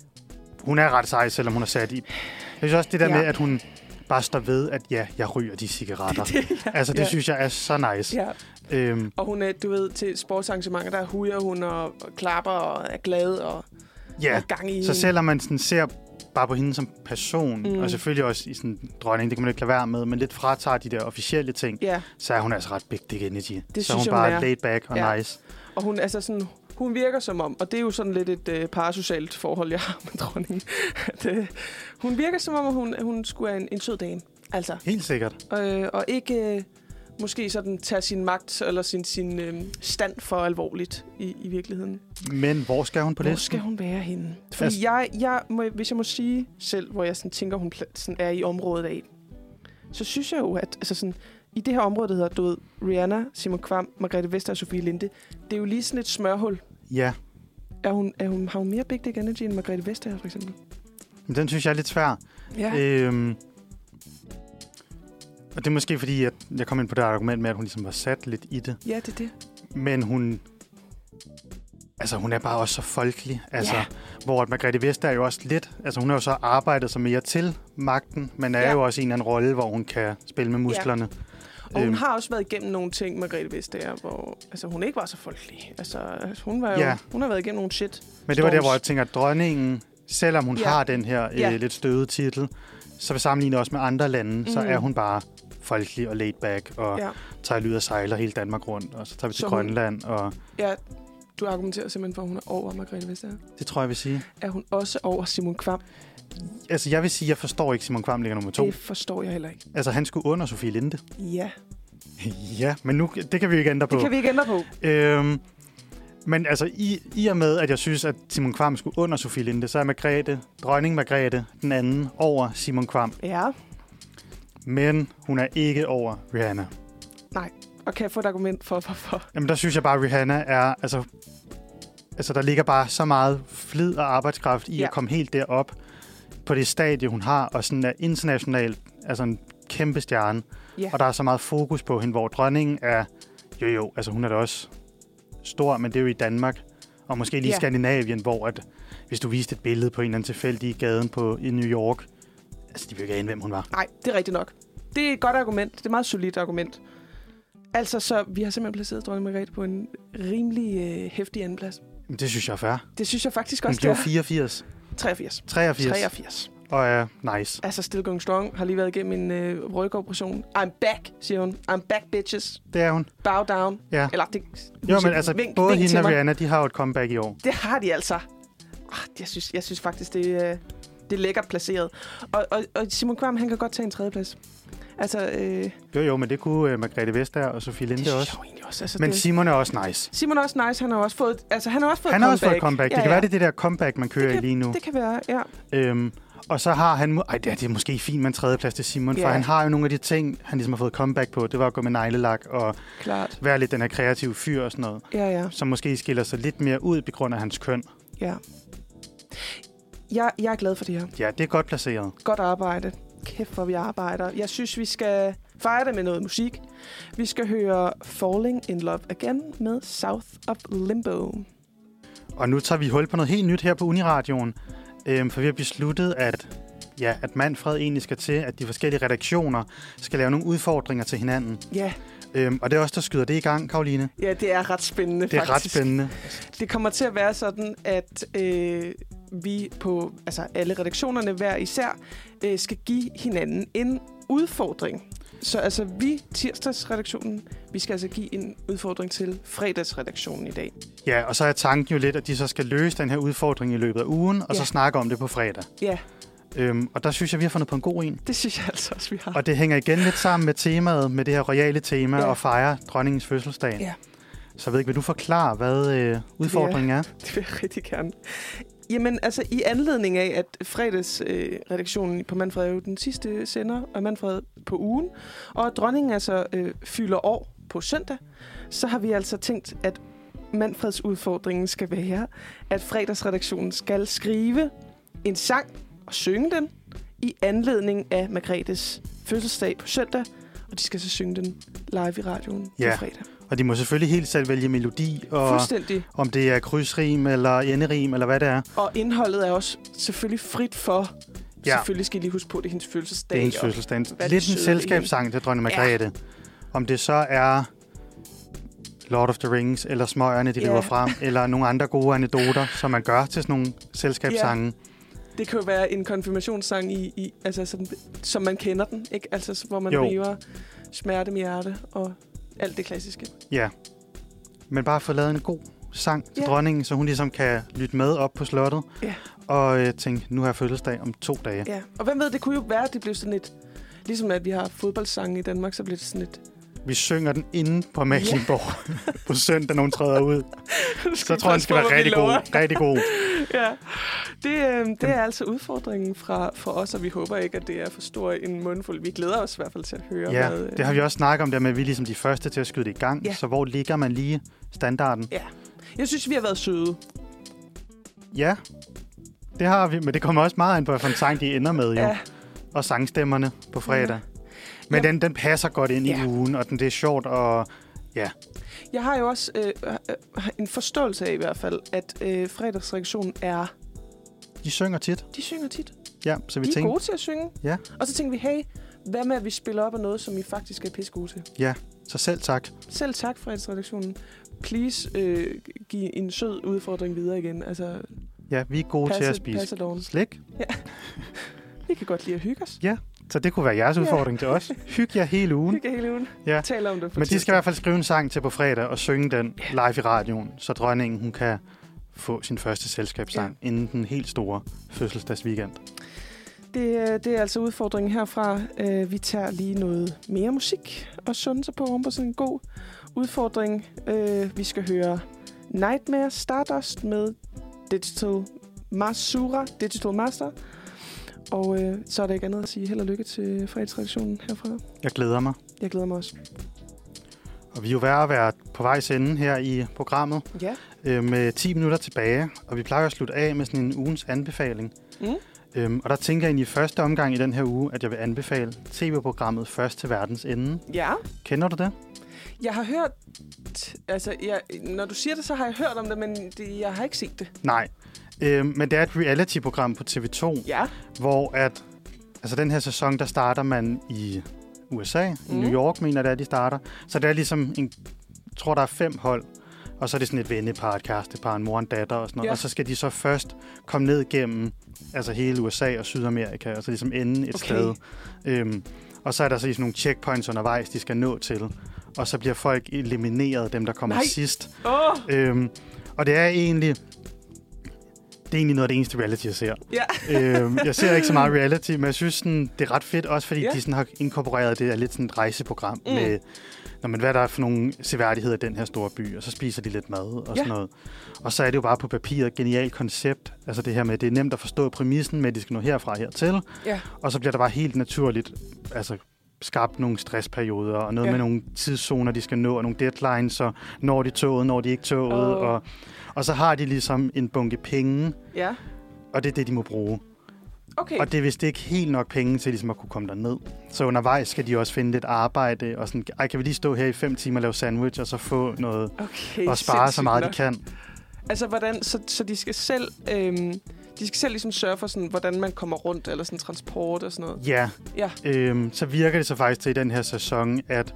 Hun er ret sej, selvom hun er sat i. Jeg synes også det der ja. med, at hun bare står ved, at ja, jeg ryger de cigaretter. Det, det, ja. Altså, det ja. synes jeg er så nice. Ja. Øhm. Og hun er, du ved, til sportsarrangementer, der hujer hun og, og klapper og er glad og ja. er gang i. Så selvom man sådan ser bare på hende som person, mm. og selvfølgelig også i sådan dronning, det kan man ikke lade være med, men lidt fratager de der officielle ting, ja. så er hun altså ret big dick energy. Det så hun jeg, bare hun laid back og ja. nice. Og hun altså sådan, hun virker som om, og det er jo sådan lidt et øh, parasocialt forhold, jeg har med dronningen. det, hun virker som om, at hun, hun skulle være en, en sød dame. Altså. Helt sikkert. Øh, og ikke øh, måske sådan tage sin magt eller sin, sin øh, stand for alvorligt i, i virkeligheden. Men hvor skal hun på hvor listen? Hvor skal hun være henne? Fordi jeg, jeg må, hvis jeg må sige selv, hvor jeg sådan tænker, hun sådan er i området af, så synes jeg jo, at altså sådan, i det her område, der hedder, du ved, Rihanna, Simon Kvam, Margrethe Vestager og Sofie Linde, det er jo lige sådan et smørhul. Ja. Er hun, er hun, har hun mere Big Dick Energy end Margrethe Vestager, for eksempel? Den synes jeg er lidt svær. Ja. Øhm, og det er måske fordi, at jeg kom ind på det argument med, at hun ligesom var sat lidt i det. Ja, det er det. Men hun... Altså, hun er bare også så folkelig. Altså, ja. Hvor at Margrethe Vestager er jo også lidt... Altså, hun har jo så arbejdet sig mere til magten, men er ja. jo også i en eller anden rolle, hvor hun kan spille med musklerne. Ja. Og hun øhm. har også været igennem nogle ting, Margrethe Vestager, hvor altså, hun ikke var så folkelig. Altså, hun, var jo, ja. hun har været igennem nogle shit. Men det var der, hvor jeg tænker, at dronningen, selvom hun ja. har den her øh, ja. lidt støde titel, så vil sammenligne også med andre lande, mm. så er hun bare folkelig og laid back, og ja. tager lyd og sejler hele Danmark rundt, og så tager vi til så Grønland. Hun, og ja, du argumenterer simpelthen for, at hun er over Margrethe Vestager. Det tror jeg vil sige. Er hun også over Simon Kvam? Altså, jeg vil sige, at jeg forstår ikke, Simon Kvam ligger nummer to. Det forstår jeg heller ikke. Altså, han skulle under Sofie Linde. Ja. Ja, men nu, det kan vi ikke ændre på. Det kan vi ikke ændre på. Øhm, men altså, i, i og med, at jeg synes, at Simon Kvam skulle under Sofie Linde, så er Margrethe, dronning Margrethe, den anden over Simon Kvam. Ja. Men hun er ikke over Rihanna. Nej, og kan jeg få et argument for, hvorfor? Jamen, der synes jeg bare, at Rihanna er... Altså, altså, der ligger bare så meget flid og arbejdskraft i ja. at komme helt derop på det stadie, hun har, og sådan er internationalt, altså en kæmpe stjerne. Ja. Og der er så meget fokus på hende, hvor dronningen er... Jo, jo, altså hun er da også stor, men det er jo i Danmark. Og måske lige i ja. Skandinavien, hvor at, hvis du viste et billede på en eller anden tilfældig gade på, i New York, altså de vil ikke ane, hvem hun var. Nej, det er rigtigt nok. Det er et godt argument. Det er et meget solidt argument. Altså, så vi har simpelthen placeret dronning Margrethe på en rimelig øh, hæftig andenplads. Det synes jeg er fair. Det synes jeg faktisk også, det er. Hun blev fireogfirs. treogfirs. treogfirs. treogfirs. Og er uh, nice. Altså, Still Going Strong har lige været igennem en øh, rygoperation. I'm back, siger hun. I'm back, bitches. Det er hun. Bow down. Ja. Eller det... Jo, men altså, vink, både vink hende og Rihanna, de har jo et comeback i år. Det har de altså. Oh, jeg, synes, jeg synes faktisk, det, øh, det er lækkert placeret. Og, og, og Simon Kvam, han kan godt tage en tredjeplads. Altså, øh... Jo, jo, men det kunne uh, Margrethe Vestager og Sofie Linde det også. også. Altså, men det... Simon er også nice. Simon er også nice. Han har også fået, altså, han har også fået han comeback. Han har også fået comeback. Ja, det kan ja. være, det er det der comeback, man kører kan, i lige nu. Det kan være, ja. Øhm, og så har han... Ej, det er, det er måske fint med en tredjeplads til Simon, ja. For han har jo nogle af de ting, han ligesom har fået comeback på. Det var at gå med neglelak og Klart. være lidt den her kreative fyr og sådan noget. Ja, ja. Som måske skiller sig lidt mere ud på grund af hans køn. Ja. Jeg, jeg er glad for det her. Ja, det er godt placeret. Godt arbejde. Kæft, hvor vi arbejder. Jeg synes, vi skal fejre det med noget musik. Vi skal høre Falling in Love Again med South of Limbo. Og nu tager vi hul på noget helt nyt her på Uniradioen. Øhm, for vi har besluttet, at, ja, at Manfred egentlig skal til, at de forskellige redaktioner skal lave nogle udfordringer til hinanden. Ja. Øhm, og det er også der skyder det i gang, Karoline. Ja, det er ret spændende, det er faktisk. ret spændende. Det kommer til at være sådan, at øh, vi på altså alle redaktionerne hver især øh, skal give hinanden en udfordring. Så altså vi, tirsdagsredaktionen, vi skal altså give en udfordring til fredagsredaktionen i dag. Ja, og så er tanken jo lidt, at de så skal løse den her udfordring i løbet af ugen, og ja. så snakke om det på fredag. Ja. Øhm, og der synes jeg, vi har fundet på en god en. Det synes jeg altså også, vi har. Og det hænger igen lidt sammen med temaet, med det her royale tema, ja. og fejre dronningens fødselsdag. Ja. Så ved ikke, vil du forklare, hvad øh, udfordringen er? Det vil jeg rigtig gerne. Jamen, altså i anledning af, at fredagsredaktionen øh, på Manfred er jo den sidste sender af Manfred på ugen, og at dronningen altså øh, fylder år på søndag, så har vi altså tænkt, at Manfreds udfordringen skal være, at fredagsredaktionen skal skrive en sang og synge den i anledning af Margrethes fødselsdag på søndag, og de skal så synge den live i radioen ja. på fredag. Og de må selvfølgelig helt selv vælge melodi, og om det er krydsrim eller enderim, eller hvad det er. Og indholdet er også selvfølgelig frit for. Ja. Selvfølgelig skal I lige huske på, at det er hendes fødselsdag. Det er hendes fødselsdag. Lidt en selskabssang til dronning Margrethe. Ja. Om det så er Lord of the Rings, eller Smøgerne, de ja. lever frem, eller nogle andre gode anekdoter, som man gør til sådan nogle selskabssange. Ja. Det kan jo være en konfirmationssang, i, i, altså, som, som man kender den, ikke? Altså, hvor man jo. river smerte med hjerte og alt det klassiske. Ja, men bare få lavet en god sang til ja. dronningen, så hun ligesom kan lytte med op på slottet. Ja. Og øh, tænke, nu har jeg fødselsdag om to dage. Ja, og hvem ved, det kunne jo være, at det blev sådan et... Ligesom at vi har fodboldsange i Danmark, så bliver det sådan et... Vi synger den inde på Mecklenborg ja. på søndag, når hun træder ud. Så tror jeg, den skal være rigtig god. Rigtig god. Ja, det, øh, det er altså udfordringen fra, for os, og vi håber ikke, at det er for stor en mundfuld. Vi glæder os i hvert fald til at høre. Ja, hvad, øh... det har vi også snakket om, der med, at vi er ligesom de første til at skyde det i gang. Ja. Så hvor ligger man lige standarden? Ja, jeg synes, vi har været søde. Ja, det har vi, men det kommer også meget an på, hvilken sang de ender med, jo. Ja. Og sangstemmerne på fredag. Ja. Men ja. den, den passer godt ind ja. i ugen, og den, det er sjovt, og ja. Jeg har jo også øh, en forståelse af i hvert fald, at øh, fredagsreaktionen er... De synger tit. De synger tit. Ja, så vi de er tænker... gode til at synge. Ja. Og så tænker vi, hey, hvad med, at vi spiller op af noget, som I faktisk er pisse gode til? Ja, så selv tak. Selv tak, fredagsredaktionen. Please, øh, giv en sød udfordring videre igen. Altså, ja, vi er gode passe, til at spise slik. Ja. Vi kan godt lide at hygge os. Ja, så det kunne være jeres udfordring ja. til os. Hyg jer hele ugen. Hyg jer hele ugen. Ja. Tal om det. Men de skal i hvert fald skrive en sang til på fredag og synge den live i radioen, så dronningen hun kan få sin første selskabssang ja. inden den helt store fødselsdagsweekend. Det, det er altså udfordringen herfra. Uh, vi tager lige noget mere musik og sunde sig på oven på sådan en god udfordring. Uh, vi skal høre Nightmare Stardust med Digital Masura, Digital Master. Og øh, så er der ikke andet at sige. Held og lykke til fredagsredaktionen herfra. Jeg glæder mig. Jeg glæder mig også. Og vi er jo ved at være på vejs ende her i programmet. Ja. Øh, med ti minutter tilbage. Og vi plejer at slutte af med sådan en ugens anbefaling. Mm. Øhm, og der tænker jeg egentlig i første omgang i den her uge, at jeg vil anbefale tv-programmet Først til verdens ende. Ja. Kender du det? Jeg har hørt... Altså, jeg, når du siger det, så har jeg hørt om det, men det, jeg har ikke set det. Nej. Øhm, men det er et reality-program på T V to, ja. hvor at, altså den her sæson, der starter man i U S A, mm. i New York, mener det er, de starter. Så det er ligesom, en, jeg tror, der er fem hold, og så er det sådan et vennepar, et kærestepar, en mor og en datter og sådan noget. Ja. Og så skal de så først komme ned gennem altså hele U S A og Sydamerika, og så ligesom ende et okay. sted. Øhm, og så er der så sådan nogle checkpoints undervejs, de skal nå til. Og så bliver folk elimineret, dem der kommer Nej. sidst. Oh. Øhm, og det er egentlig... Det er egentlig noget af det eneste reality, jeg ser. Ja. øhm, jeg ser ikke så meget reality, men jeg synes, sådan, det er ret fedt, også fordi ja. de sådan har inkorporeret det af lidt sådan et rejseprogram mm. med, når man, hvad der er for nogle seværdigheder i den her store by, og så spiser de lidt mad og ja. sådan noget. Og så er det jo bare på papiret et genialt koncept. Altså det her med, det er nemt at forstå præmissen med, at de skal nå herfra hertil. Ja. Og så bliver der bare helt naturligt altså, skabt nogle stressperioder, og noget ja. med nogle tidszoner, de skal nå, og nogle deadlines, og når de toget, når de ikke toget. Oh. Og, og så har de ligesom en bunke penge, ja. og det er det, de må bruge. Okay. Og det er vist ikke helt nok penge til ligesom at kunne komme derned. Så undervejs skal de også finde lidt arbejde, og sådan, ej, kan vi lige stå her i fem timer og lave sandwich, og så få noget, okay, og spare så meget, nok. de kan. Altså, hvordan, så, så de skal selv... Øhm De skal selv ligesom sørge for, sådan, hvordan man kommer rundt, eller sådan transport og sådan noget. Ja. ja. Øhm, så virker det så faktisk til i den her sæson, at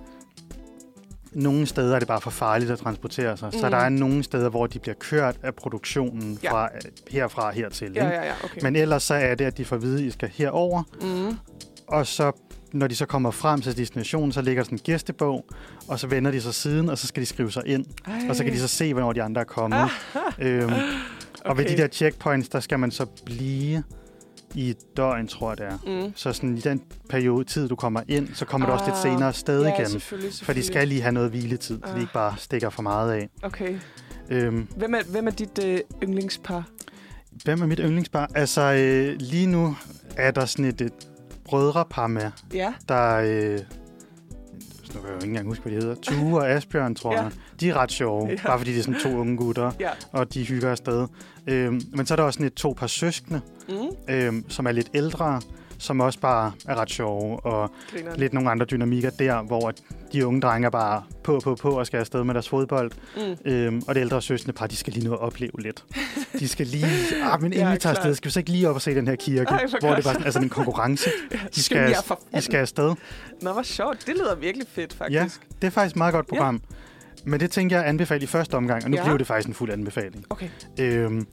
nogle steder er det bare for farligt at transportere sig. Mm. Så der er nogle steder, hvor de bliver kørt af produktionen ja. fra herfra hertil. Ja, ja, ja, okay. Men ellers så er det, at de får at vide, at I skal herover. Mm. Og så, når de så kommer frem til destinationen, så ligger der sådan en gæstebog, og så vender de sig siden, og så skal de skrive sig ind. Ej. Og så kan de så se, hvornår de andre er kommet. øhm, Okay. Og ved de der checkpoints, der skal man så blive i et døgn, tror jeg det er. Mm. Så sådan i den periode tid, du kommer ind, så kommer ah, du også lidt senere afsted ja, igen. Selvfølgelig, selvfølgelig. For de skal lige have noget hviletid, ah. så de ikke bare stikker for meget af. Okay. Øhm, hvem, er, hvem er dit øh, yndlingspar? Hvem er mit yndlingspar? Altså, øh, lige nu er der sådan et, et brødrepar med, ja. der... Øh, nu kan jeg jo ikke engang huske, hvad de hedder. Tue og Asbjørn, tror ja. jeg. De er ret sjove, ja. bare fordi de er sådan to unge gutter, ja. og de hygger afsted. Øhm, men så er der også sådan et to par søskende, mm. øhm, som er lidt ældre, som også bare er ret sjove, og Grinerne. lidt nogle andre dynamikker der, hvor de unge drenge er bare på, på, på og skal afsted med deres fodbold. Mm. Øhm, og det ældre søskende par, de skal lige nå at opleve lidt. De skal lige, ah, men inden vi tager afsted, skal vi så ikke lige op og se den her kirke, Ej, hvor det er bare sådan, altså en konkurrence. De skal, de skal afsted. Nå, hvor sjovt. Det lyder virkelig fedt, faktisk. Ja, det er faktisk et meget godt program. Ja. Men det tænker jeg at anbefale i første omgang, og nu ja. blev det faktisk en fuld anbefaling. Okay. Øhm,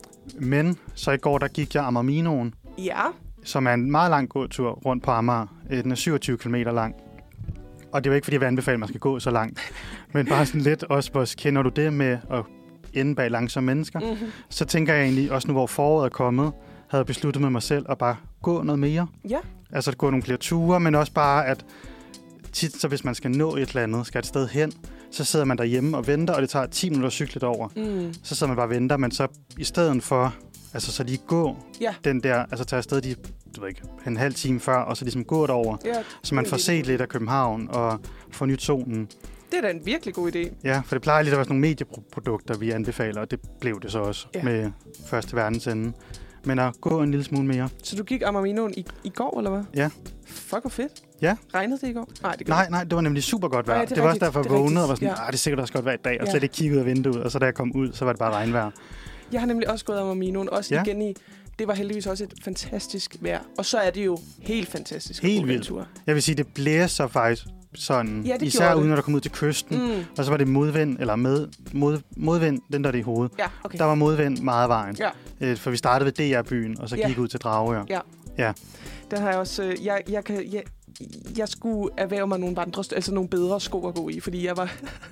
men så i går, der gik jeg Amagerminoen. Ja. Som er en meget lang gåtur rundt på Amager. Den er syvogtyve kilometer lang. Og det er jo ikke, fordi jeg vil anbefale, at man skal gå så langt. Men bare sådan lidt også, hvor kender du det med at ende bag langsomme mennesker? Mm-hmm. Så tænker jeg egentlig, også nu hvor foråret er kommet, havde jeg besluttet med mig selv at bare gå noget mere. Ja. Altså at gå nogle flere ture, men også bare, at tit, så hvis man skal nå et eller andet, skal et sted hen, så sidder man derhjemme og venter, og det tager ti minutter at cykle over. Mm. Så sidder man bare og venter, men så i stedet for, altså så lige gå ja. den der, altså tage afsted de, du ved ikke, en halv time før, og så ligesom gå derover, ja, så man får set lidt af København og får nyt solen. Det er da en virkelig god idé. Ja, for det plejer lidt at være sådan nogle medieprodukter, vi anbefaler, og det blev det så også ja. med første verdensende. Men at gå en lille smule mere. Så du gik Amagerminoen i, i går, eller hvad? Ja. Fuck, hvor fedt. Ja. Regnede det i går? Nej, det, nej, nej, det var nemlig super godt vejr. Ja, det, det var også derfor, jeg vågnede og var sådan, ja. ah, det er sikkert også godt vejr i dag, og ja. slet ikke kiggede ud af vinduet, og så da jeg kom ud, så var det bare regnvejr. Jeg har nemlig også gået Amagerminoen, også ja. igen i, det var heldigvis også et fantastisk vejr. Og så er det jo helt fantastisk. Helt vildt. Jeg vil sige, det blæser faktisk sådan, ja, især uden når der kom ud til kysten, mm. og så var det modvind, eller med, mod, modvind, den der det i hovedet. Ja, okay. Der var modvind meget af vejen. Ja. Øh, for vi startede ved D R-byen, og så ja. gik ud til Dragør. Ja. ja. Den har jeg også, øh, jeg, jeg kan, jeg, jeg skulle erhverve mig nogle vandre, altså nogle bedre sko at gå i, fordi jeg var,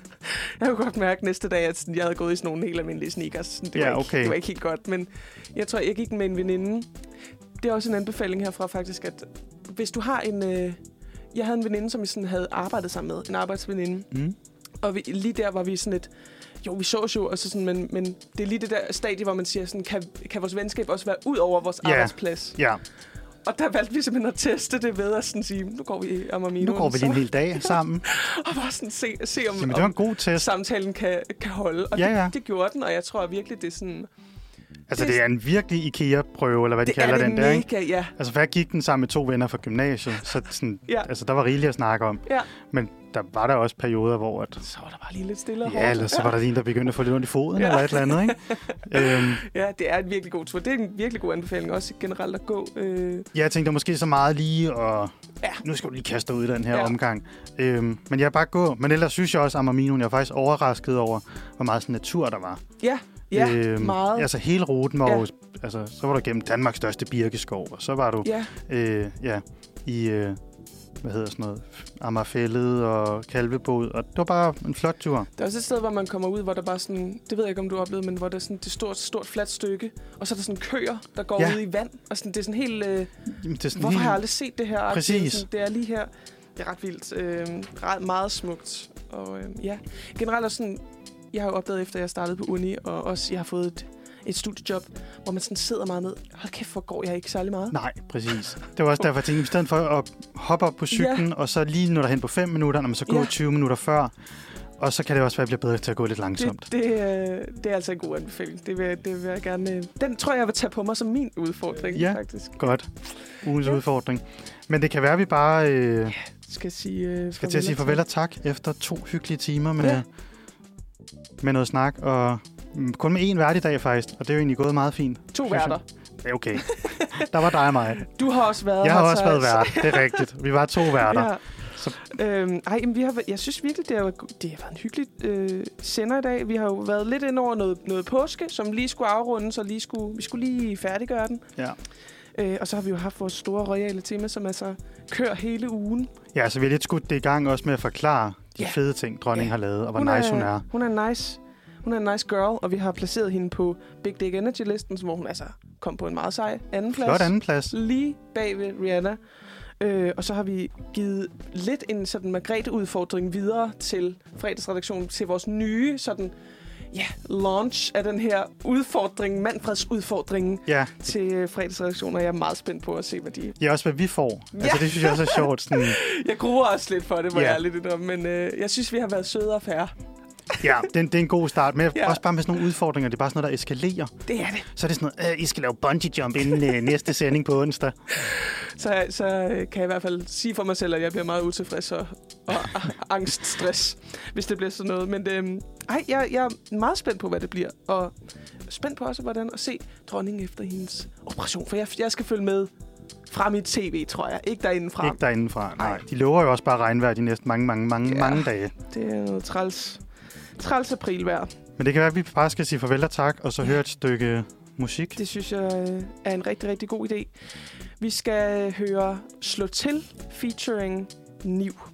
jeg kunne godt mærke næste dag, at jeg havde gået i sådan nogle helt almindelige sneakers. Det, ja, var okay. ikke, det var ikke helt godt, men jeg tror, jeg gik med en veninde. Det er også en anbefaling herfra faktisk, at hvis du har en... Øh, jeg havde en veninde, som jeg sådan havde arbejdet sammen med, en arbejdsveninde. Mm. Og vi, lige der var vi sådan et... Jo, vi sås jo, og så sådan, men, men det er lige det der stadie, hvor man siger, sådan, kan, kan vores venskab også være ud over vores yeah. arbejdsplads? Ja. Yeah. Og der valgte vi simpelthen at teste det ved at sådan sige, nu går vi i Amagerminoen. Nu går vi lige en hel dag sammen. Og bare sådan se, se om, Jamen, det var en god test. Samtalen kan, kan holde. Og ja, ja. Det, det gjorde den, og jeg tror virkelig, det er sådan... Altså, det, det er en virkelig IKEA-prøve, eller hvad de det kalder det den der, ikke? Mega, ja. Altså, for jeg gik den sammen med to venner fra gymnasiet, så sådan, ja. altså, der var rigeligt at snakke om. Ja. Men der var der også perioder, hvor... At, så var der bare lige lidt stille og ja, eller så var der en, der begyndte at få lidt ondt i foden, ja. eller et eller andet, ikke? øhm. Ja, det er en virkelig god tur. Det er en virkelig god anbefaling også generelt at gå. Øh. Ja, jeg tænkte måske så meget lige, og ja. nu skal du lige kaste dig ud i den her ja. omgang. Øhm, men jeg bare gå. Men ellers synes jeg også, at Amagerminoen, jeg var faktisk overrasket over, hvor meget sådan natur der var. Ja. Ja, øhm, meget. Altså hele ruten var ja. altså, så var du gennem Danmarks største birkeskov, og så var du ja. Øh, ja, i, øh, hvad hedder sådan noget, Amagerfælled og Kalvebod, og det var bare en flot tur. Der er også et sted, hvor man kommer ud, hvor der bare sådan, det ved jeg ikke, om du har oplevet, men hvor der er sådan det stort, stort, fladt stykke, og så er der sådan køer, der går ja. ud i vand, og sådan, det er sådan helt, øh, Jamen, det er sådan hvorfor helt... har jeg aldrig set det her? Præcis. Det er, sådan, det er lige her. Det er ret vildt. Øh, ret, meget smukt. Og øh, ja, generelt også sådan, jeg har jo opdaget efter, jeg startede på uni, og også jeg har fået et, et studiejob, hvor man sådan sidder meget ned. Hold kæft, hvor går jeg ikke særlig meget. Nej, præcis. Det var også derfor, jeg tænkte, i stedet for at hoppe op på cyklen, ja. og så lige når der hen på fem minutter, når man så går ja. tyve minutter før, og så kan det også være, at jeg bliver bedre til at gå lidt langsomt. Det, det, øh, det er altså en god anbefaling. Det vil, det vil jeg gerne... Den tror jeg, jeg vil tage på mig som min udfordring, ja, faktisk. Godt. Ugens ja. udfordring. Men det kan være, at vi bare øh, ja, skal, sige, øh, skal til at sige farvel og tak efter to hyggelige timer med, ja. med noget snak. Og kun med én vært i dag, faktisk. Og det er jo egentlig gået meget fint. To værter. Det er okay. Der var dig og mig. Du har også været Jeg har her, også været vært. Det er rigtigt. Vi var to værter. Ja. Så. Øhm, ej, men vi har, jeg synes virkelig, det har, det har været en hyggelig øh, sender i dag. Vi har jo været lidt ind over noget, noget påske, som lige skulle afrundes, og lige skulle, vi skulle lige færdiggøre den. Ja. Øh, og så har vi jo haft vores store royale tema, som altså kører hele ugen. Ja, så vi har lidt skudt det i gang også med at forklare de ja. fede ting, dronningen ja. har lavet, og hvor hun nice er, hun er. Hun er en nice, hun er en nice girl, og vi har placeret hende på Big Dick Energy-listen, hvor hun altså kom på en meget sej anden plads. Flot anden plads. Lige bag ved Rihanna. Øh, og så har vi givet lidt en sådan Margrethe-udfordring videre til fredagsredaktionen, til vores nye sådan, ja, launch af den her udfordring, Manfreds udfordring ja. til fredagsredaktionen, og jeg er meget spændt på at se, hvad de... Ja, også hvad vi får. Ja. Altså, det synes jeg også er sjovt. Sådan... jeg gruer også lidt for det, må ja. jeg ærligt indrømme, men øh, jeg synes, vi har været søde og færre. Ja, det er, det er en god start, men ja. også bare med sådan nogle udfordringer. Det er bare sådan noget, der eskalerer. Det er det. Så er det sådan noget, I skal lave bungee jump inden øh, næste sending på onsdag. Så, så kan jeg i hvert fald sige for mig selv, at jeg bliver meget utilfreds og, og angststress, hvis det bliver sådan noget. Men øh, ej, jeg, jeg er meget spændt på, hvad det bliver. Og spændt på også, hvordan at se dronningen efter hendes operation. For jeg, jeg skal følge med fra mit tv, tror jeg. Ikke derindefra. Ikke derindefra, nej. De lover jo også bare regnvejr de næste mange, mange, mange, ja, mange dage. Det er noget træls. Træls aprilvejr. Men det kan være, at vi bare skal sige farvel og tak, og så høre et stykke musik. Det synes jeg er en rigtig, rigtig god idé. Vi skal høre Slå Til featuring Niv.